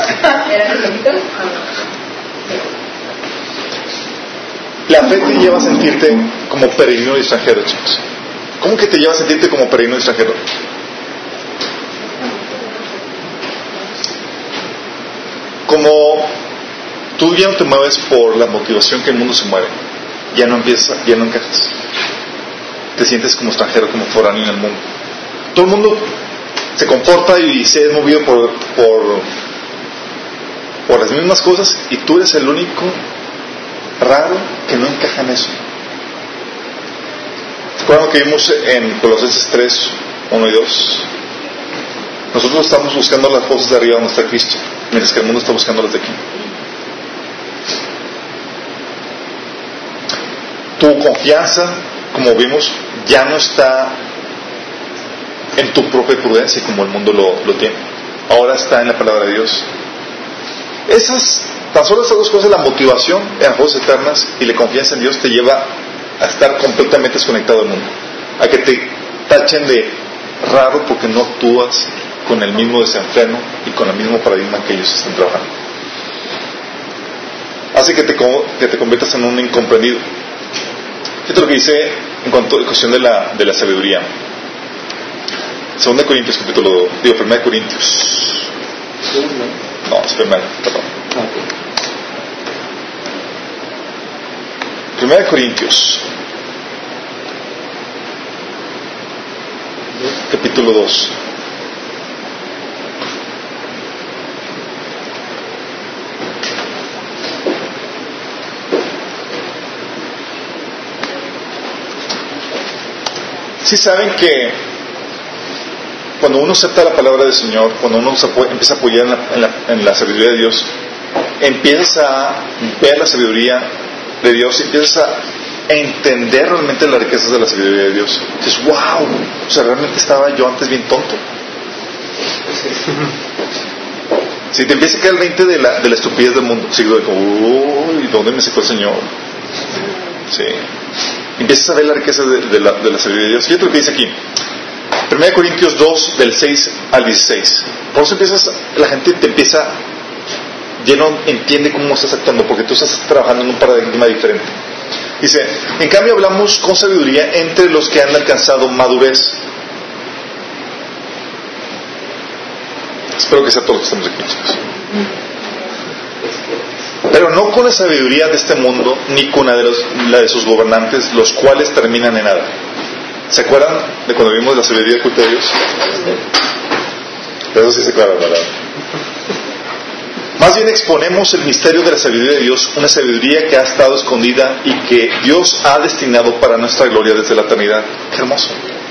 La fe te lleva a sentirte como peregrino y extranjero, chicos. ¿Cómo que te lleva a sentirte como peregrino y extranjero? como tú ya no te mueves por la motivación que el mundo se mueve, ya no empiezas, ya no encajas. Te sientes como extranjero, como foráneo en el mundo. Todo el mundo se comporta y se es movido por, por, por las mismas cosas, y tú eres el único raro que no encaja en eso. ¿Se acuerdan lo que vimos en Colosenses tres, uno y dos? Nosotros estamos buscando las cosas de arriba donde está Cristo, mientras que el mundo está buscando las de aquí. Tu confianza, como vimos, ya no está en tu propia prudencia como el mundo lo, lo tiene. Ahora está en la palabra de Dios. Esas, tan solo esas dos cosas, la motivación en las cosas eternas y la confianza en Dios, te lleva a estar completamente desconectado del mundo, a que te tachen de raro porque no actúas con el mismo desenfreno y con el mismo paradigma que ellos están trabajando. Hace que te, que te conviertas en un incomprendido. Esto es lo que dice en cuanto a cuestión de la, de la sabiduría. Segunda de Corintios, capítulo, digo, Primera de Corintios. No, es Primera, perdón. Primera de Corintios, capítulo dos. Si saben que cuando uno acepta la palabra del Señor, cuando uno se apoya, empieza a apoyar en la, en, la, en la sabiduría de Dios, empiezas a ver la sabiduría de Dios y empiezas a entender realmente las riquezas de la sabiduría de Dios. Dices, wow, o sea, realmente estaba yo antes bien tonto. Si te empieza a caer el veinte de la, de la estupidez del mundo, sigo de como, uy, ¿dónde me sacó el Señor? Sí. Empiezas a ver la riqueza de, de, la, de la sabiduría de Dios. Fíjate lo que dice aquí. Primera de Corintios dos, del seis al dieciséis. Por eso empiezas, la gente te empieza, ya no entiende cómo estás actuando, porque tú estás trabajando en un paradigma diferente. Dice, en cambio hablamos con sabiduría entre los que han alcanzado madurez. Espero que sea todos los que estamos aquí, chicos. Pero no con la sabiduría de este mundo, ni con la de, los, la de sus gobernantes, los cuales terminan en nada. ¿Se acuerdan de cuando vimos la sabiduría oculta de Dios? Eso sí se acuerdan, ¿verdad? Más bien exponemos el misterio de la sabiduría de Dios, una sabiduría que ha estado escondida y que Dios ha destinado para nuestra gloria desde la eternidad. ¡Qué hermoso!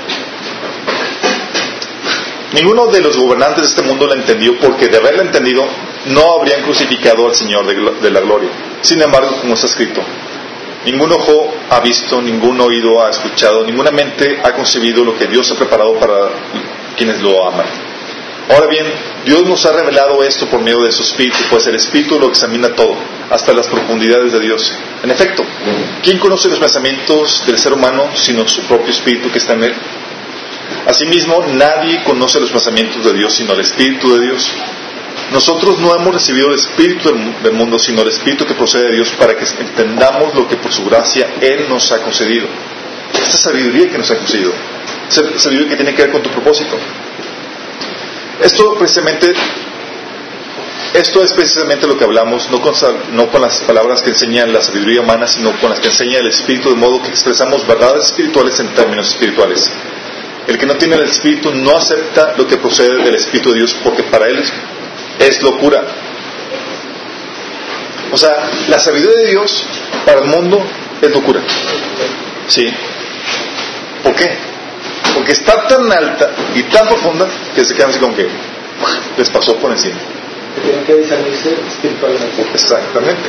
Ninguno de los gobernantes de este mundo la entendió, porque de haberla entendido no habrían crucificado al Señor de, de la gloria. Sin embargo, como está escrito, ningún ojo ha visto, ningún oído ha escuchado, ninguna mente ha concebido lo que Dios ha preparado para quienes lo aman. Ahora bien, Dios nos ha revelado esto por medio de su Espíritu, pues el Espíritu lo examina todo, hasta las profundidades de Dios. En efecto, ¿quién conoce los pensamientos del ser humano sino su propio Espíritu que está en él? Asimismo, nadie conoce los pensamientos de Dios sino el Espíritu de Dios. Nosotros no hemos recibido el Espíritu del mundo, sino el Espíritu que procede de Dios, para que entendamos lo que por su gracia Él nos ha concedido. Esta sabiduría que nos ha concedido, sabiduría que tiene que ver con tu propósito. Esto precisamente, esto es precisamente lo que hablamos, no con, no con las palabras que enseñan la sabiduría humana, sino con las que enseña el Espíritu, de modo que expresamos verdades espirituales en términos espirituales. El que no tiene el Espíritu no acepta lo que procede del Espíritu de Dios, porque para él es, es locura. O sea, la sabiduría de Dios para el mundo es locura. ¿Sí? ¿Por qué? Porque está tan alta y tan profunda que se quedan así como que les pasó por encima. Que tienen que discernirse espiritualmente. Exactamente.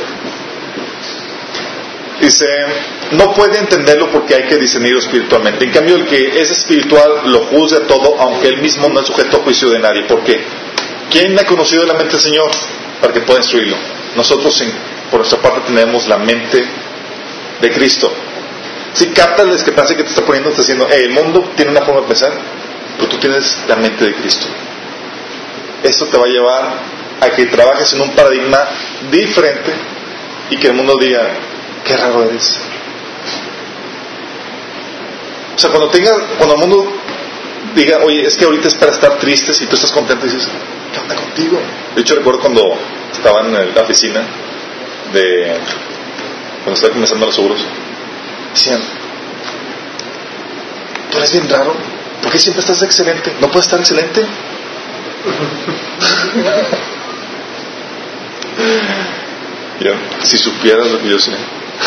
Dice, no puede entenderlo porque hay que discernirlo espiritualmente. En cambio, el que es espiritual lo juzga todo, aunque él mismo no es sujeto a juicio de nadie. ¿Por qué? ¿Quién ha conocido la mente del Señor para que pueda instruirlo? Nosotros, por nuestra parte, tenemos la mente de Cristo. Si captas la discrepancia que te está poniendo, está diciendo, hey, el mundo tiene una forma de pensar, pero tú tienes la mente de Cristo. Esto te va a llevar a que trabajes en un paradigma diferente y que el mundo diga, qué raro eres. O sea, cuando tenga, cuando el mundo diga, oye, es que ahorita es para estar tristes y tú estás contento y dices, ¿qué onda contigo? De hecho, recuerdo cuando estaban en la oficina de cuando estaba comenzando los seguros, decían: tú eres bien raro, ¿por qué siempre estás excelente? ¿No puedes estar excelente? Yo, si supieras lo que yo sé.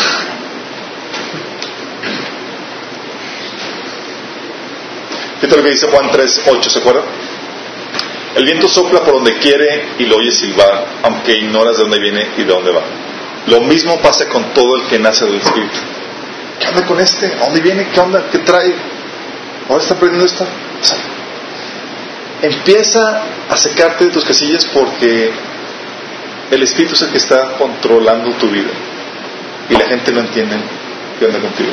Fíjate lo que dice Juan tres ocho, ¿se acuerdan? El viento sopla por donde quiere y lo oyes silbar, aunque ignoras de dónde viene y de dónde va. Lo mismo pasa con todo el que nace del Espíritu. ¿Qué onda con este? ¿A dónde viene? ¿Qué onda? ¿Qué trae? ¿Ahora está aprendiendo esto? O sea, empieza a secarte de tus casillas, porque el Espíritu es el que está controlando tu vida y la gente no entiende qué onda contigo.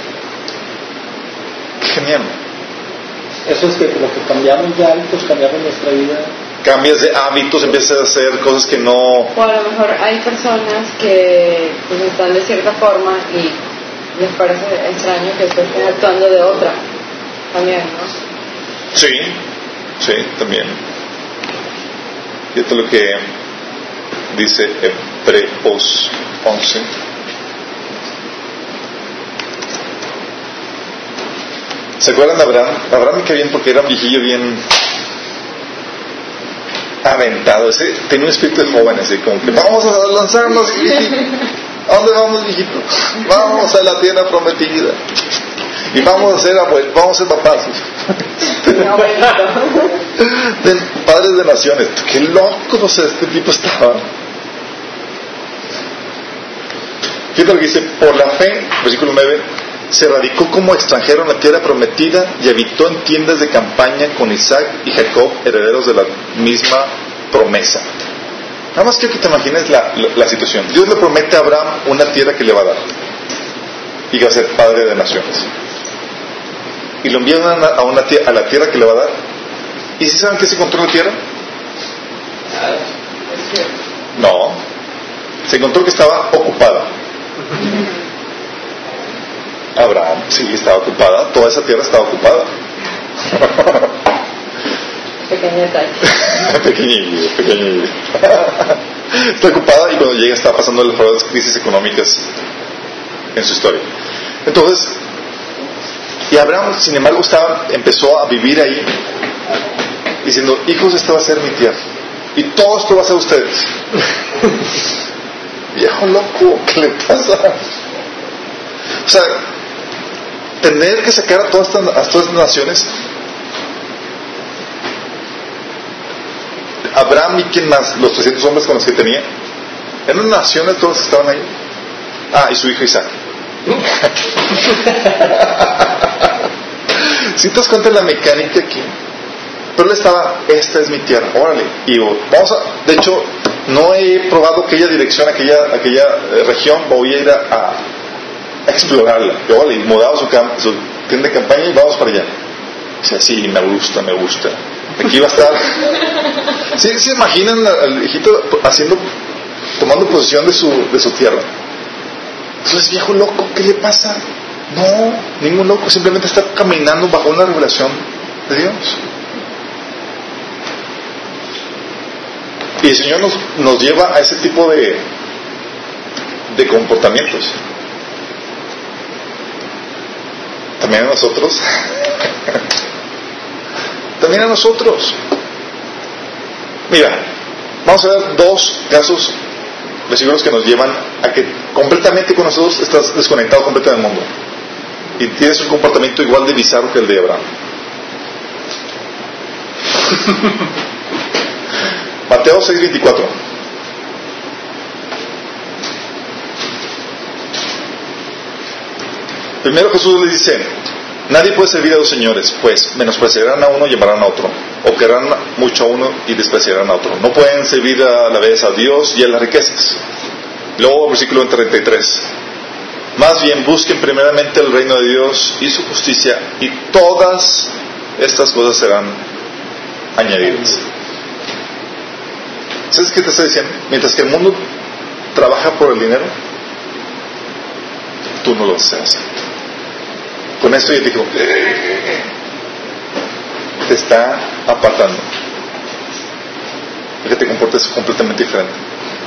Qué genial. Eso es que lo que cambiamos de hábitos, cambiamos nuestra vida. Cambias de hábitos, empiezas a hacer cosas que no... O a lo mejor hay personas que pues están de cierta forma y les parece extraño que tú estés actuando de otra también, ¿no? Sí, sí, también. Fíjate lo que dice Hebreos once. ¿Se acuerdan de Abraham? Abraham me cae bien porque era un viejillo bien aventado. Ese, tenía un espíritu de joven, así como que vamos a lanzarnos. ¿A dónde vamos, viejito? Vamos a la tierra prometida. Y vamos a ser abuelos, vamos a ser papás. De padres de naciones. Qué loco, no sé, este tipo estaba. Fíjate lo que dice: por la fe, versículo nueve, se radicó como extranjero en la tierra prometida y habitó en tiendas de campaña con Isaac y Jacob, herederos de la misma promesa. Nada más quiero que te imagines la, la, la situación. Dios le promete a Abraham una tierra que le va a dar y que va a ser padre de naciones, y lo envían a, una, a, una tierra, a la tierra que le va a dar. ¿Y si saben qué se encontró en la tierra? No, se encontró que estaba ocupada. Abraham, sí, estaba ocupada. Toda esa tierra estaba ocupada. Pequeño detalle. Pequeñillo, pequeñillo. Está ocupada, y cuando llega está pasando las peores crisis económicas en su historia. Entonces, y Abraham, sin embargo, estaba, empezó a vivir ahí, diciendo: hijos, esta va a ser mi tierra, y todo esto va a ser ustedes. Viejo loco, ¿qué le pasa? O sea, tener que sacar a todas estas, a todas estas naciones. Abraham y quién más, los trescientos hombres con los que tenía, eran naciones, todos estaban ahí. Ah, y su hijo Isaac. Si te das cuenta de la mecánica aquí, pero él estaba: esta es mi tierra, órale, y vamos a, de hecho, no he probado aquella dirección, aquella, aquella eh, región, voy a ir a, a, a explorarla. Y órale, mudado su, cam, su tienda de campaña y vamos para allá. O sea, sí, me gusta, me gusta. Aquí va a estar. ¿Sí se imaginan al viejito haciendo, tomando posesión de su, de su tierra? Entonces, viejo loco, ¿qué le pasa? No, ningún loco, simplemente está caminando bajo una revelación de Dios. Y el Señor nos, nos lleva a ese tipo de, de comportamientos. También a nosotros. También a nosotros. Mira, vamos a ver dos casos, versículos que nos llevan a que completamente con nosotros estás desconectado completamente del mundo y tienes un comportamiento igual de bizarro que el de Abraham. Mateo seis veinticuatro. Primero Jesús les dice: nadie puede servir a dos señores, pues menospreciarán a uno y llamarán a otro, o querrán mucho a uno y despreciarán a otro. No pueden servir a la vez a Dios y a las riquezas. Luego, versículo treinta y tres: más bien busquen primeramente el reino de Dios y su justicia, y todas estas cosas serán añadidas. ¿Sabes qué te estoy diciendo? Mientras que el mundo trabaja por el dinero, tú no lo haces. Con esto yo te digo, te está apartando, porque te comportes completamente diferente.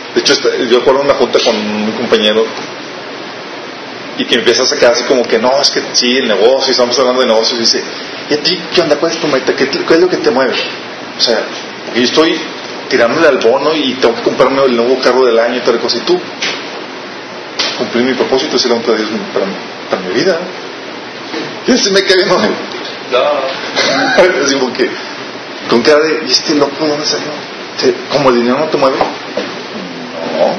De hecho, yo recuerdo una junta con un compañero y que empieza a sacar así como que no, es que sí, el negocio, estamos hablando de negocios, y dice, ¿y a ti qué onda? ¿Cuál es tu meta? ¿Qué, qué es lo que te mueve? O sea, porque yo estoy tirándole al bono y tengo que comprarme el nuevo carro del año y tal cosa, y tú cumplir mi propósito, es el honra de Dios para, para mi vida. Y él se me cae viendo, no, así como que con cara de, ¿y este loco dónde salió? ¿Como el dinero no te mueve? No,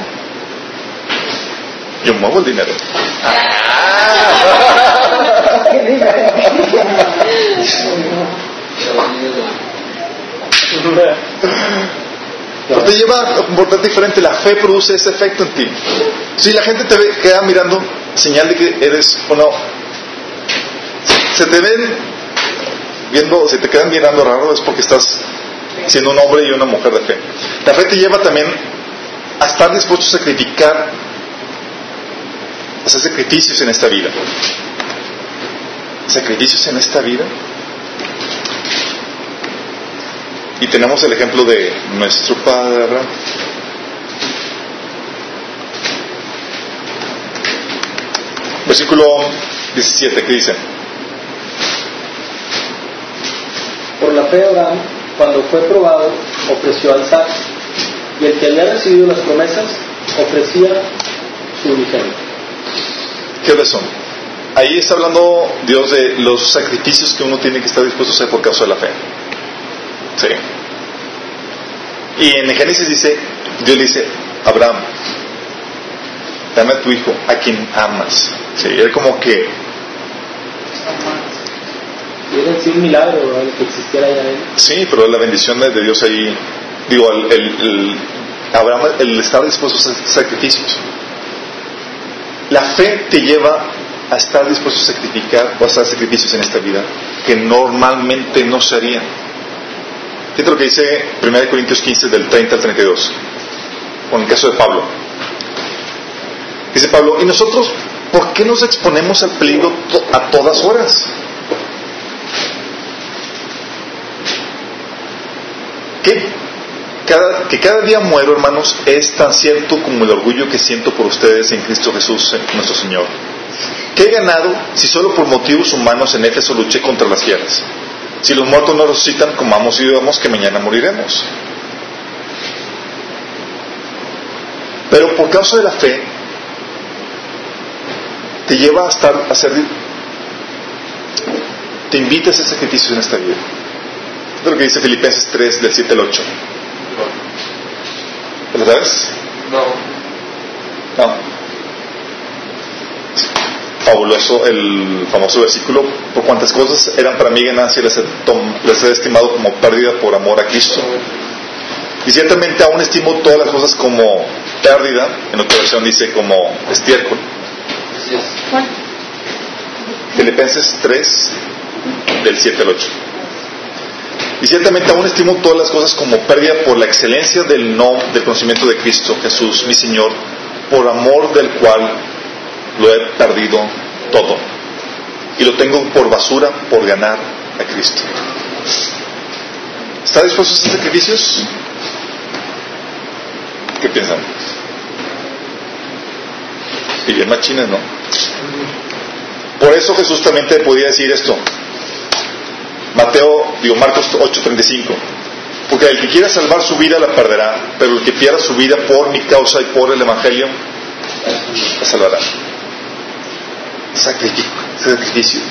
yo muevo el dinero. Pero te lleva a comportarte diferente. La fe produce ese efecto en ti. Si la gente te ve, queda mirando, señal de que eres o no. Se te ven viendo, se te quedan mirando raro, es porque estás siendo un hombre y una mujer de fe. La fe te lleva también a estar dispuesto a sacrificar, a hacer sacrificios en esta vida. Sacrificios en esta vida. Y tenemos el ejemplo de nuestro padre Abraham. Versículo diecisiete, ¿qué dice? Por la fe Abraham, cuando fue probado, ofreció al Isaac, y el que había recibido las promesas ofrecía su unigénito. ¿Qué hora son? Ahí está hablando Dios de los sacrificios que uno tiene que estar dispuesto a hacer por causa de la fe. Sí. Y en Génesis dice, Dios le dice, Abraham, dame a tu hijo, a quien amas. Sí, era como que era en sí un milagro, ¿no?, el que existiera ya él. Sí, pero la bendición de Dios ahí, digo, el, el, el Abraham, el estar dispuesto a hacer sacrificios. La fe te lleva a estar dispuesto a sacrificar o a hacer sacrificios en esta vida que normalmente no se harían. Fíjate lo que dice primera de Corintios quince del treinta al treinta y dos, con el caso de Pablo. Dice Pablo, ¿y nosotros por qué nos exponemos al peligro to- a todas horas? ¿Qué? Cada, que cada día muero, hermanos, es tan cierto como el orgullo que siento por ustedes en Cristo Jesús, nuestro Señor. ¿Qué he ganado si solo por motivos humanos en Éfeso luché contra las fieras? Si los muertos no resucitan, comamos y bebamos, que mañana moriremos. Pero por causa de la fe, te lleva a estar a hacer, te invita a hacer sacrificios en esta vida. Es lo que dice Filipenses tres del siete al ocho. ¿Lo sabes? No. No. Fabuloso el famoso versículo: por cuantas cosas eran para mí ganancia, les he, tom- les he estimado como pérdida por amor a Cristo. Y ciertamente aún estimo todas las cosas como pérdida. En otra versión dice como estiércol. Así es. Filipenses tres del siete al ocho. Y ciertamente aún estimo todas las cosas como pérdida por la excelencia del, no, del conocimiento de Cristo Jesús, mi Señor, por amor del cual lo he perdido todo y lo tengo por basura por ganar a Cristo. ¿Está dispuesto a hacer sacrificios? ¿Qué piensan? Y bien machines, ¿no? Por eso Jesús también te podía decir esto. Mateo, digo Marcos ocho treinta y cinco. Porque el que quiera salvar su vida la perderá, pero el que pierda su vida por mi causa y por el Evangelio la salvará. Sacrificios.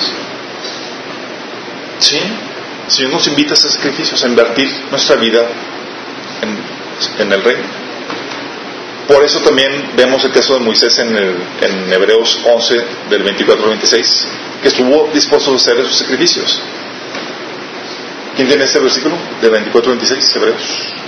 ¿Sí? El Señor nos invita a hacer sacrificios, a invertir nuestra vida en, en el reino. Por eso también vemos el caso de Moisés en, el, en Hebreos once del veinticuatro al veintiséis, que estuvo dispuesto a hacer esos sacrificios. ¿Quién tiene ese versículo de veinticuatro al veintiséis, Hebreos?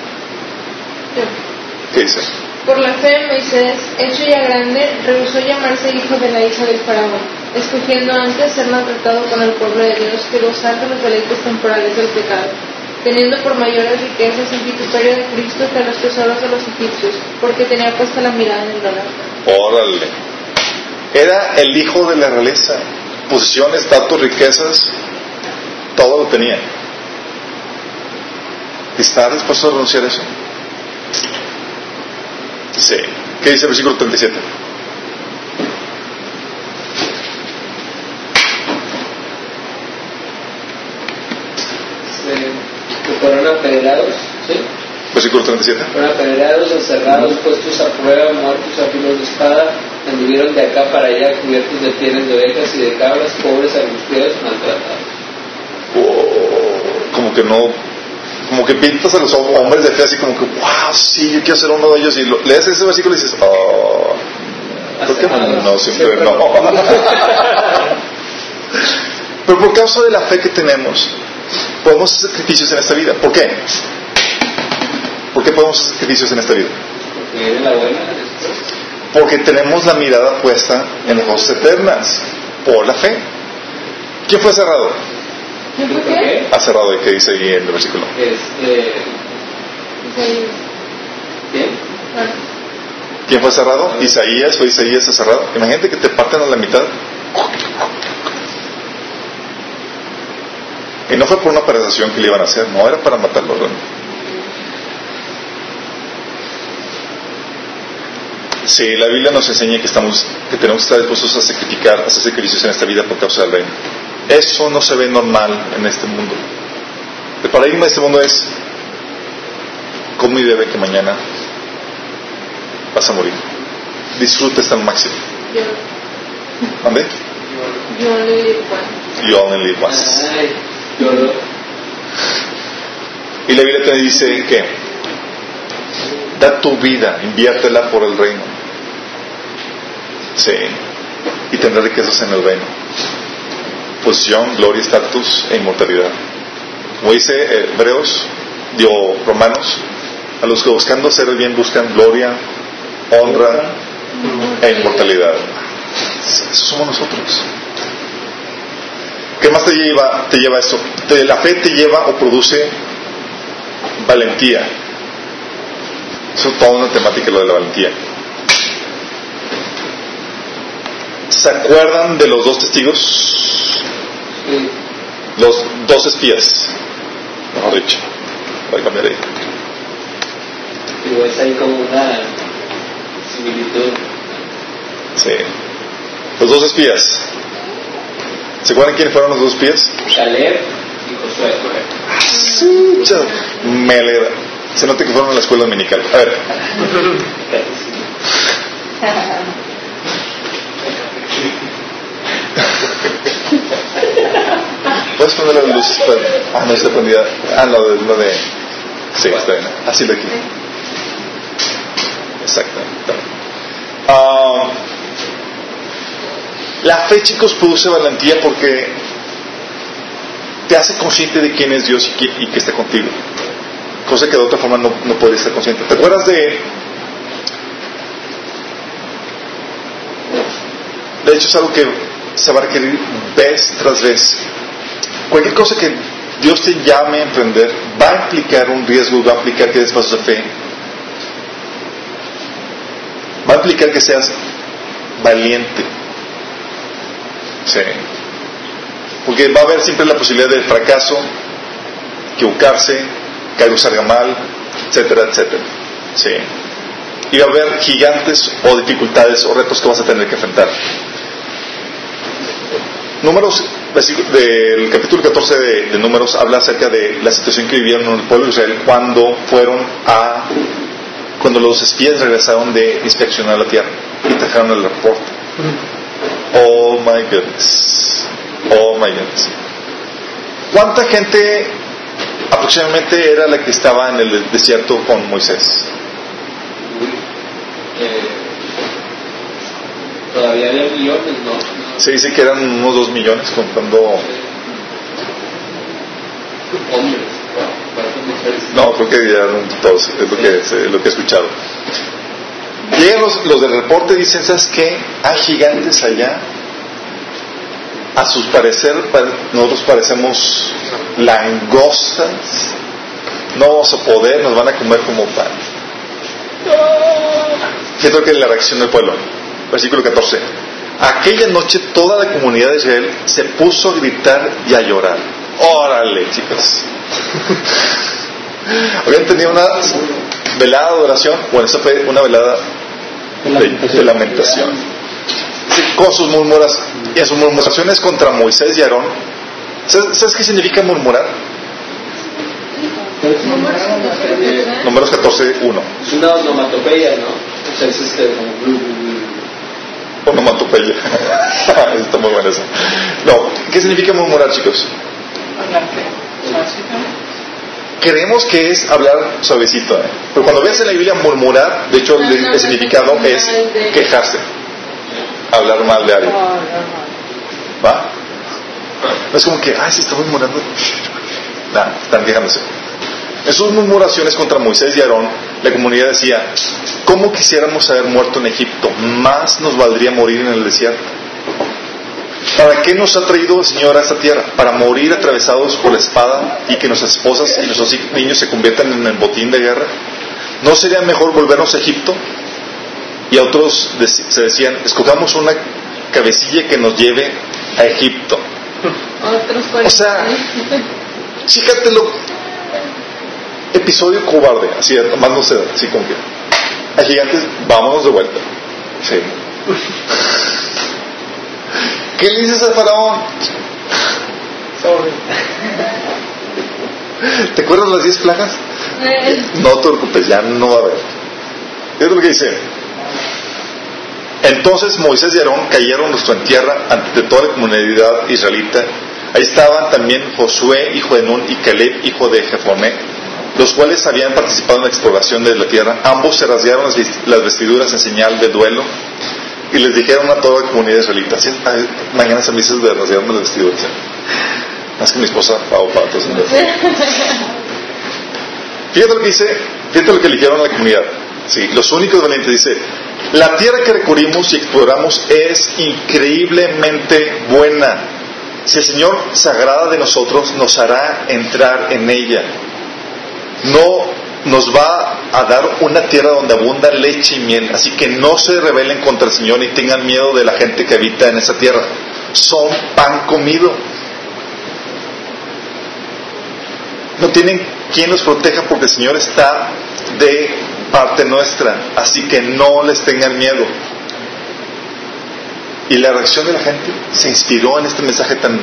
¿Qué dice? Por la fe, Moisés, hecho ya grande, rehusó llamarse hijo de la hija del faraón, escogiendo antes ser maltratado con el pueblo de Dios que gozar de los deleites temporales del pecado, teniendo por mayores riquezas el vituperio de Cristo que los tesoros de los egipcios, porque tenía puesta la mirada en el dólar. Órale. Era el hijo de la realeza, posiciones, datos, riquezas, todo lo tenía. ¿Está dispuesto a renunciar a eso? Sí. ¿Qué dice el versículo treinta y siete? Que fueron apedreados, ¿sí? Versículo treinta y siete. Fueron apedreados, encerrados, puestos a prueba, muertos a filos de espada, anduvieron de acá para allá cubiertos de pieles de ovejas y de cabras, pobres, angustiados, maltratados. Oh, como que no, como que pintas a los hombres de fe así como que, wow, sí, yo quiero ser uno de ellos, y lo, lees ese versículo y dices, oh, ¿por qué? No, siempre no. Pero por causa de la fe que tenemos, podemos hacer sacrificios en esta vida. ¿Por qué? ¿Por qué podemos hacer sacrificios en esta vida? Porque viene la buena después. Porque tenemos la mirada puesta en las cosas eternas, por la fe. ¿Quién fue cerrado? ¿Quién fue qué? Ha cerrado, ¿qué dice ahí en el versículo? Este... ¿Quién? ¿Quién fue cerrado? Isaías, fue Isaías cerrado. Imagínate que te parten a la mitad. Y no fue por una operación que le iban a hacer, no era para matarlo, ¿no? Sí, la Biblia nos enseña que estamos, que tenemos que estar dispuestos a sacrificar, a hacer sacrificios en esta vida por causa del reino. Eso no se ve normal en este mundo. El paradigma de este mundo es: come y bebe que mañana vas a morir. Disfruta hasta el máximo. ¿Dónde? You only live once. You only live once. Ay, yo no. Y la Biblia te dice que da tu vida, inviértela por el reino. Sí. Y tendrás riquezas en el reino. Posición, gloria, estatus e inmortalidad. Como dice Hebreos, dio Romanos, a los que buscando hacer el bien buscan gloria, honra e inmortalidad. Eso somos nosotros. ¿Qué más te lleva, te lleva esto? Te, la fe te lleva o produce valentía. Eso es toda una temática, lo de la valentía. ¿Se acuerdan de los dos testigos? Sí. Los dos espías, mejor dicho. Voy a cambiar ahí. Igual es ahí como una similitud. Sí. Los dos espías. ¿Se acuerdan quiénes fueron los dos espías? Caleb y Josué. Sí, me alegra. Se nota que fueron a la escuela dominical. A ver. ¿Puedes poner las luces? Ah, no está prendida. Ah, no, de, lo de... Sí, está bien. Así lo aquí. Exactamente. Uh, la fe, chicos, produce valentía porque te hace consciente de quién es Dios y que, y que está contigo. Cosa que de otra forma no, no puedes estar consciente. ¿Te acuerdas de... De hecho es algo que se va a requerir vez tras vez. Cualquier cosa que Dios te llame a emprender va a implicar un riesgo, va a implicar que des pasos de fe, va a implicar que seas valiente. Sí. Porque va a haber siempre la posibilidad de fracaso, equivocarse, que algo salga mal, etcétera, etcétera. Sí. Y va a haber gigantes o dificultades o retos que vas a tener que enfrentar. Números, del capítulo catorce de, de Números habla acerca de la situación que vivieron el pueblo de Israel cuando fueron a cuando los espías regresaron de inspeccionar la tierra y trajeron el reporte. Oh my goodness. Oh my goodness. ¿Cuánta gente aproximadamente era la que estaba en el desierto con Moisés? Eh, todavía había millones, ¿no? Se dice que eran unos dos millones contando. Hombres, ¿cuántas mujeres? No, creo que eran todos, es lo que, es lo que he escuchado. Llegan los, los del reporte y dicen, ¿sabes qué? Hay gigantes allá. A su parecer, nosotros parecemos langostas. No vamos a poder, nos van a comer como pan. Fíjate que es la reacción del pueblo. Versículo catorce. Aquella noche toda la comunidad de Israel se puso a gritar y a llorar. Órale, chicos. Habían tenido una velada de oración. Bueno, esa fue una velada de, de lamentación. Sí, con sus murmuras, y en sus murmuraciones contra Moisés y Aarón. ¿Sabes, ¿sabes qué significa murmurar? Números catorce, uno. Es una onomatopeya, ¿no? O sea, es este como... Onomatopeya. Está muy buena esa. No, ¿qué significa murmurar, chicos? Creemos que es hablar suavecito, ¿eh? Pero cuando veas en la Biblia murmurar, de hecho el, el significado es quejarse, hablar mal de alguien. ¿Va? No es como que, ay, se está murmurando. Nada, están quejándose. En sus murmuraciones contra Moisés y Aarón, la comunidad decía: ¿cómo quisiéramos haber muerto en Egipto? Más nos valdría morir en el desierto. ¿Para qué nos ha traído el Señor a esta tierra? ¿Para morir atravesados por la espada y que nuestras esposas y nuestros niños se conviertan en el botín de guerra? ¿No sería mejor volvernos a Egipto? Y a otros se decían: escojamos una cabecilla que nos lleve a Egipto. O sea, chícatelo. Episodio cobarde, así, más no se da, así como que a gigantes, vámonos de vuelta. Sí. ¿Qué le dices al faraón? Sorry. ¿Te acuerdas de las diez plagas? No te preocupes, ya no va a haber. ¿Qué es lo que dice? Entonces Moisés y Aarón cayeron en tierra ante toda la comunidad israelita. Ahí estaban también Josué, hijo de Nun, y Caleb, hijo de Jefoné, los cuales habían participado en la exploración de la tierra. Ambos se rasgaron las vestiduras en señal de duelo y les dijeron a toda la comunidad israelita: mañana se me dice de rasgarme las vestiduras, ¿eh? Más que mi esposa Pau Patos. Fíjate lo que dice, fíjate lo que eligieron a la comunidad. Sí, los únicos valientes. Dice: la tierra que recorrimos y exploramos es increíblemente buena. Si el Señor se agrada de nosotros, nos hará entrar en ella. No nos va a dar una tierra donde abunda leche y miel, así que no se rebelen contra el Señor ni tengan miedo de la gente que habita en esa tierra. Son pan comido. No tienen quien los proteja porque el Señor está de parte nuestra, así que no les tengan miedo. Y la reacción de la gente se inspiró en este mensaje tan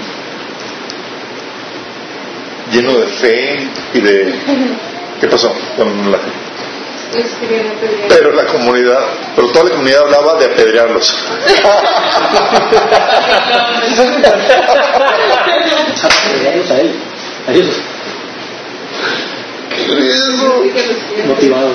lleno de fe y de... ¿Qué pasó con la gente? Pero la comunidad, pero toda la comunidad hablaba de apedrearlos. Apedrearlos a él, a ellos. ¿Qué es eso? Motivados.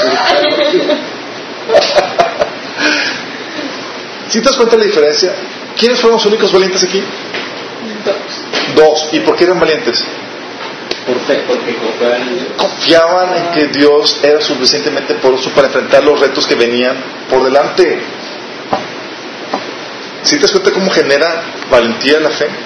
¿Sí te das cuenta de la diferencia? ¿Quiénes fueron los únicos valientes aquí? Dos. Dos. ¿Y por qué eran valientes? ¿Por qué? Porque confiaban en Dios. Confiaban en que Dios era suficientemente poderoso para enfrentar los retos que venían por delante. ¿Sí te das cuenta cómo genera valentía la fe?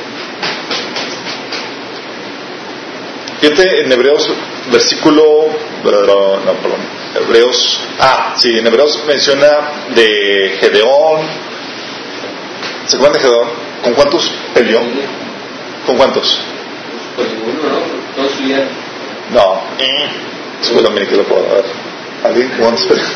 Fíjate en Hebreos, versículo... No, perdón. Hebreos... Ah, sí, en Hebreos menciona de Gedeón. ¿Se acuerdan de Gedeón? ¿Con cuántos peleó? ¿Con cuántos? Pues ninguno, ¿no? Todos huyeron. No. Eso también que lo puedo ver. ¿Alguien con cuántos peleó?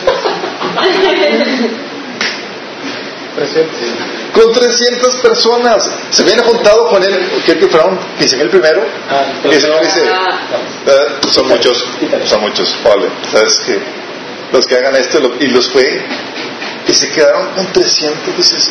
Con trescientas personas. Se habían juntado con él, que fueron quince mil primero. Ah, y el Señor dice: eh, son muchos, son muchos. Vale, sabes que los que hagan esto, y los fue, y se quedaron con trescientos. Dices,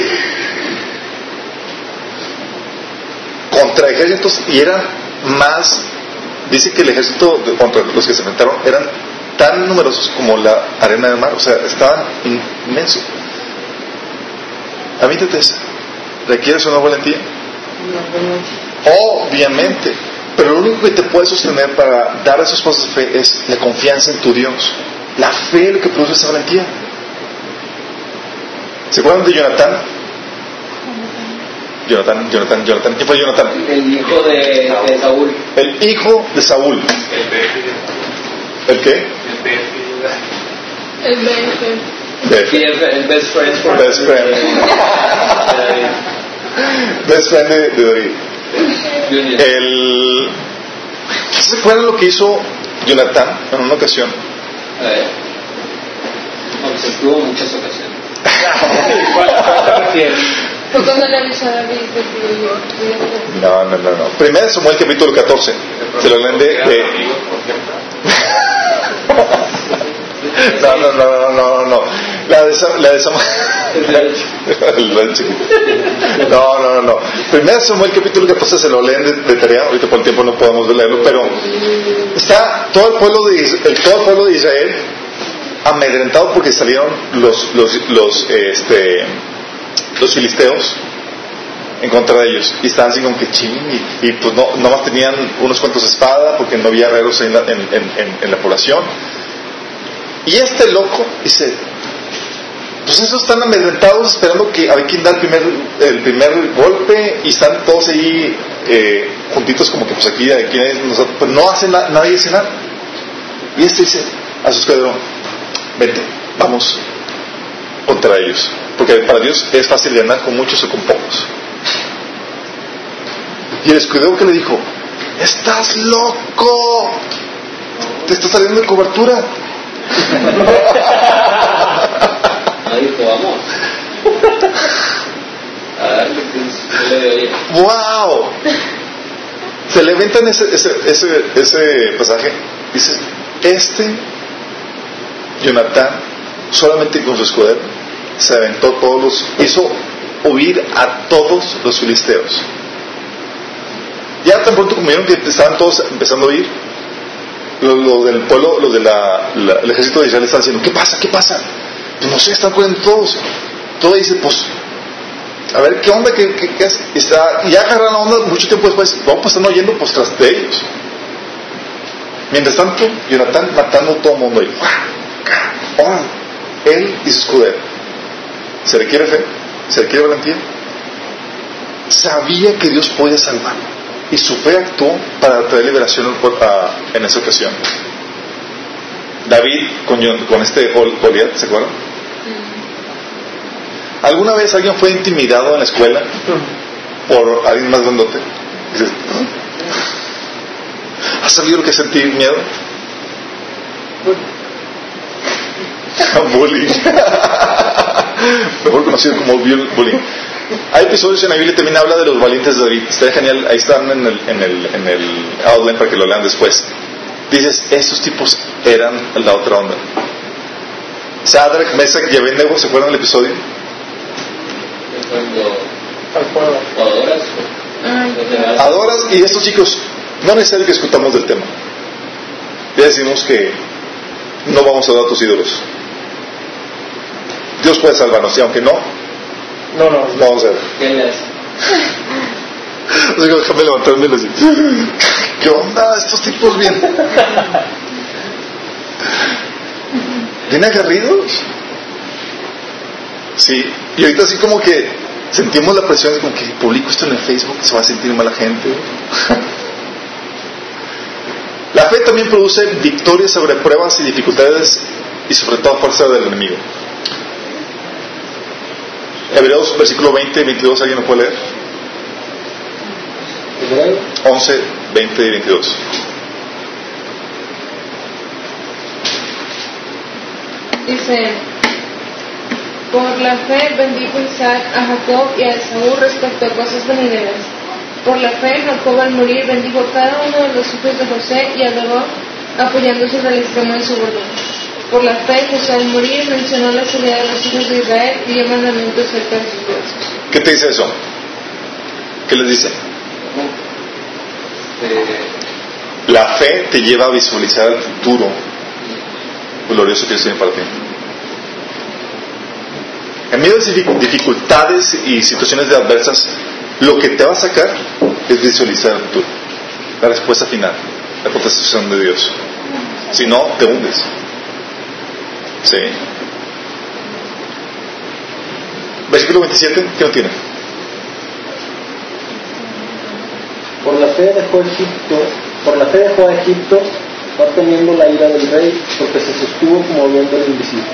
contra ejércitos, y eran más. Dice que el ejército de, contra los que se enfrentaron eran tan numerosos como la arena del mar. O sea, estaban inmensos. Avíntate esa. ¿Requieres una valentía? Obviamente. Pero lo único que te puede sostener para dar esos pasos de fe es la confianza en tu Dios. La fe es lo que produce esa valentía. ¿Se acuerdan de Jonatán? Jonatán, Jonatán, Jonatán. ¿Quién fue Jonatán? El hijo de, de Saúl. El hijo de Saúl. ¿El qué? El veinte. Sí, el, el best friend. For Best friend. Best friend de, de David. El... ¿Se acuerdan lo que hizo Jonatán, en una ocasión. A ver. No, pues estuvo en muchas ocasiones. ¿Cuál te refieres? Fue cuando le avisó a David de que No, no, no, no. Primero Samuel capítulo catorce. Se lo leen de... de... No, no, no, no, no, no. La de, la de Samuel. No, no, no. Primero Samuel capítulo catorce se lo leen de, de tarea. Ahorita por el tiempo no podemos leerlo, pero está todo el pueblo de el, todo el pueblo de Israel amedrentado porque salieron los los los este los filisteos en contra de ellos y estaban así como que ching y, y pues no nomás tenían unos cuantos espadas porque no había guerreros en la, en, en, en la población. Y este loco dice, pues esos están amedrentados esperando que a ver quién da el primer el primer golpe y están todos ahí eh, juntitos como que pues aquí, aquí nosotros, pues no hacen nada, nadie hace nada. Y este dice a su escuadrón, vente, vamos contra ellos, porque para Dios es fácil ganar con muchos o con pocos. Y el escudero que le dijo, estás loco, te estás saliendo de cobertura. No dijo, vamos. A darle que le doy. ¡Wow! Se le inventan ese, ese, ese, ese pasaje. Dice, este Jonatán, solamente con su escudero, se aventó todos los, hizo huir a todos los filisteos. Ya tan pronto como vieron que estaban todos empezando a huir, los lo del pueblo, los del de ejército de Israel están diciendo, ¿qué pasa? ¿Qué pasa? Pues no sé, están corriendo todos. Todo dice, pues, a ver, ¿qué onda? ¿Qué, qué, qué es? Y, está, y ya agarran la onda mucho tiempo después, vamos pues están oyendo pues tras de ellos. Mientras tanto, Jonatán matando a todo el mundo ahí. Ahora, él y su escudero. ¿Se requiere fe? ¿Se requiere valentía? Sabía que Dios podía salvarlo. Y su fe actuó para traer liberación en esa ocasión. David con, con este Goliat, ¿se acuerdan? ¿Alguna vez alguien fue intimidado en la escuela por alguien más grandote? Dices, ¿has sabido lo que es sentir miedo? Bullying. Mejor conocido como bullying. Hay episodios en la Biblia que también habla de los valientes de David. Está genial, ahí están en el, en el, en el outline para que lo lean después. Dices, estos tipos eran la otra onda. Sadrach, Mesach y Abednego, ¿se acuerdan del episodio? Cuando adoras, adoras y estos chicos, no es necesario que discutamos del tema. Ya decimos que no vamos a dar a tus ídolos. Dios puede salvarnos y aunque no, No, no. no vamos a ver. ¿qué le hace? O sea, déjame levantarme y decir, ¿qué onda? Estos tipos bien. ¿Bien agarridos? Sí. Y ahorita así como que sentimos la presión de como que publico esto en el Facebook, se va a sentir mala gente. La fe también produce victorias sobre pruebas y dificultades y sobre todo fuerza del enemigo. Hebreos versículo veinte y veintidós, ¿alguien lo puede leer? once, veinte y veintidós. dice, por la fe bendijo Isaac a Jacob y a Esaú respecto a cosas venideras. Por la fe Jacob al morir bendijo a cada uno de los hijos de José y adoró, apoyándose en el extremo de su bordón. Por la fe José al morir mencionó la salida de los hijos de Israel y dio mandamientos acerca de sus huesos. ¿Qué te dice eso? ¿Qué les dice? Este... La fe te lleva a visualizar el futuro glorioso que Dios tiene para ti. En medio de dificultades y situaciones de adversas, lo que te va a sacar es visualizar el futuro, la respuesta final, la contestación de Dios. Si no, te hundes. Sí. Versículo veintisiete, ¿qué no tiene? Por la fe dejó Egipto, por la fe dejó a Egipto, no temiendo la ira del rey, porque se sostuvo como viendo el invisible.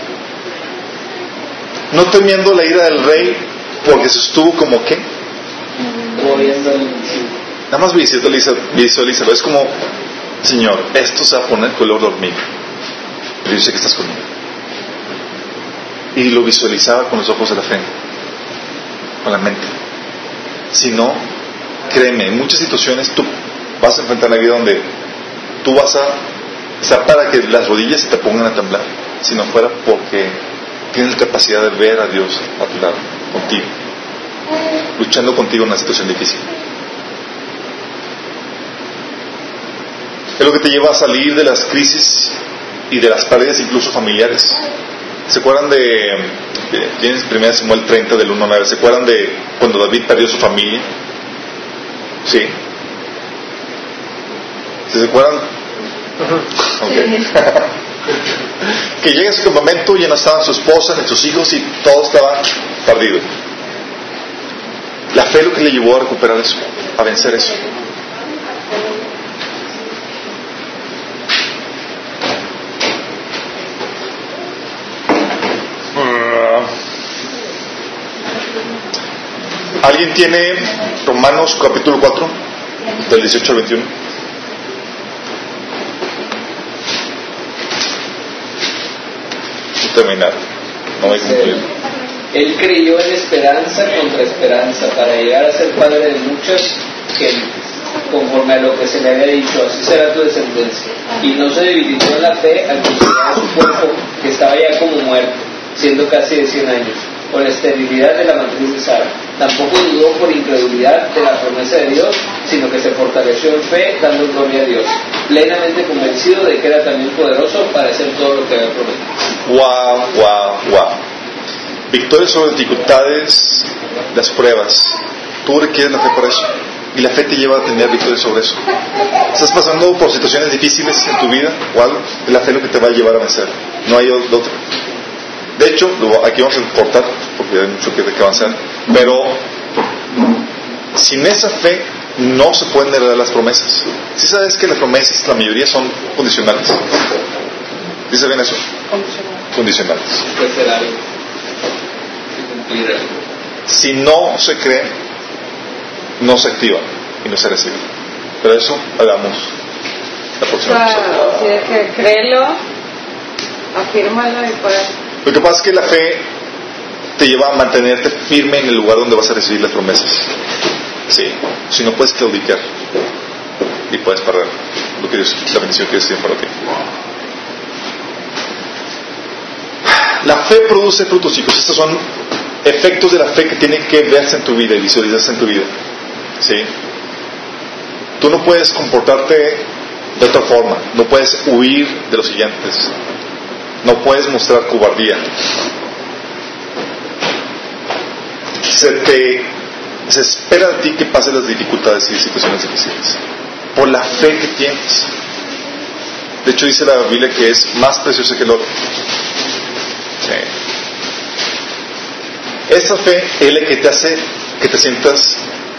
No temiendo la ira del rey, porque se sostuvo como ¿qué? Como viendo el invisible. Nada más visualízalo, visualízalo. Es como Señor, esto se va a poner color de hormiga, pero yo sé que estás conmigo. Y lo visualizaba con los ojos de la fe, con la mente. Si no, créeme, en muchas situaciones tú vas a enfrentar la vida donde tú vas a estar para que las rodillas se te pongan a temblar, si no fuera porque tienes la capacidad de ver a Dios a tu lado, contigo, luchando contigo en una situación difícil. Es lo que te lleva a salir de las crisis y de las paredes incluso familiares. ¿Se acuerdan de, de tienes primera Samuel treinta del uno al nueve? ¿Se acuerdan de cuando David perdió su familia? ¿Sí? ¿Se acuerdan? Okay. Que llega a su campamento y ya no estaban su esposa ni sus hijos y todo estaba perdido. La fe es lo que le llevó a recuperar eso, a vencer eso. ¿Alguien tiene Romanos capítulo cuatro del dieciocho al veintiuno? Terminar, no voy a concluir. Él creyó en esperanza contra esperanza para llegar a ser padre de muchos, que conforme a lo que se le había dicho, así será tu descendencia. Y no se debilitó en la fe al considerar su cuerpo, que estaba ya como muerto, siendo casi de cien años, con la esterilidad de la matriz de Sara. Tampoco dudó por incredulidad de la promesa de Dios, sino que se fortaleció en fe, dando gloria a Dios, plenamente convencido de que era también poderoso para hacer todo lo que había prometido. Wow, wow, wow. Victoria sobre dificultades, las pruebas. Tú requieres la fe por eso. Y la fe te lleva a tener victoria sobre eso. Estás pasando por situaciones difíciles en tu vida o algo, y la fe es lo que te va a llevar a vencer. No hay otro. De hecho, aquí vamos a cortar porque hay mucho que, que avanzar. Pero sin esa fe no se pueden heredar las promesas. Si sabes que las promesas, la mayoría son condicionales. ¿Dice bien eso? Condicionales. Puede ser algo. Cumplir algo. Si no se cree, no se activa y no se recibe. Pero eso hagamos la próxima vez. Claro, si es que créelo, afírmalo y pues. Lo que pasa es que la fe te lleva a mantenerte firme en el lugar donde vas a recibir las promesas. Sí, si no puedes claudicar y puedes perder lo que Dios, la bendición que Dios tiene para ti. La fe produce frutos, chicos. Estos son efectos de la fe que tienen que verse en tu vida y visualizarse en tu vida. ¿Sí? Tú no puedes comportarte de otra forma. No puedes huir de los gigantes. No puedes mostrar cobardía. Se te se espera de ti que pases las dificultades y situaciones difíciles por la fe que tienes. De hecho dice la Biblia que es más preciosa que el oro. Sí. Esa fe es la que te hace que te sientas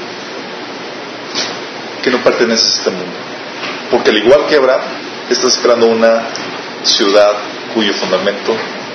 que no perteneces a este mundo, porque al igual que Abraham estás esperando una ciudad cuyo fundamento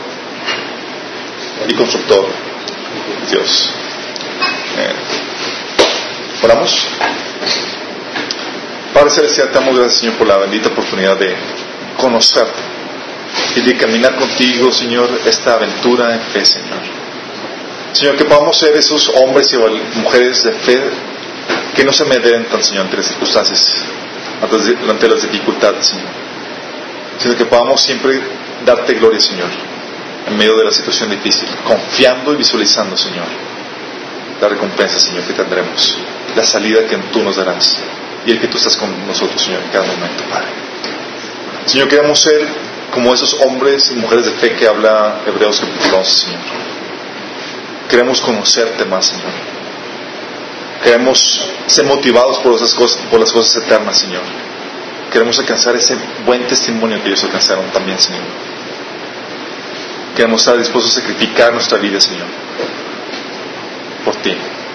y constructor Dios. Eh. ¿Oramos? Padre Celestial, te damos gracias, Señor, por la bendita oportunidad de conocerte y de caminar contigo, Señor, esta aventura en fe, Señor. Señor, que podamos ser esos hombres y mujeres de fe que no se amedrentan, Señor, ante las circunstancias, ante las dificultades, Señor, sino que podamos siempre darte gloria, Señor, en medio de la situación difícil, confiando y visualizando, Señor, la recompensa, Señor, que tendremos, la salida que tú nos darás y el que tú estás con nosotros, Señor, en cada momento, Padre. Señor, queremos ser como esos hombres y mujeres de fe que habla Hebreos capítulo once, Señor. Queremos conocerte más, Señor. Queremos ser motivados por esas cosas, por las cosas eternas, Señor. Queremos alcanzar ese buen testimonio que ellos alcanzaron también, Señor. Queremos estar dispuestos a sacrificar nuestra vida, Señor, por ti.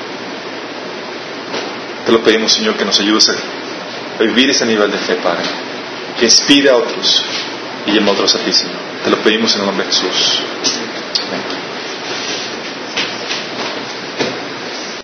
Te lo pedimos, Señor, que nos ayudes a vivir ese nivel de fe, Padre, que inspire a otros y llame a otros a ti, Señor. Te lo pedimos en el nombre de Jesús. Amén.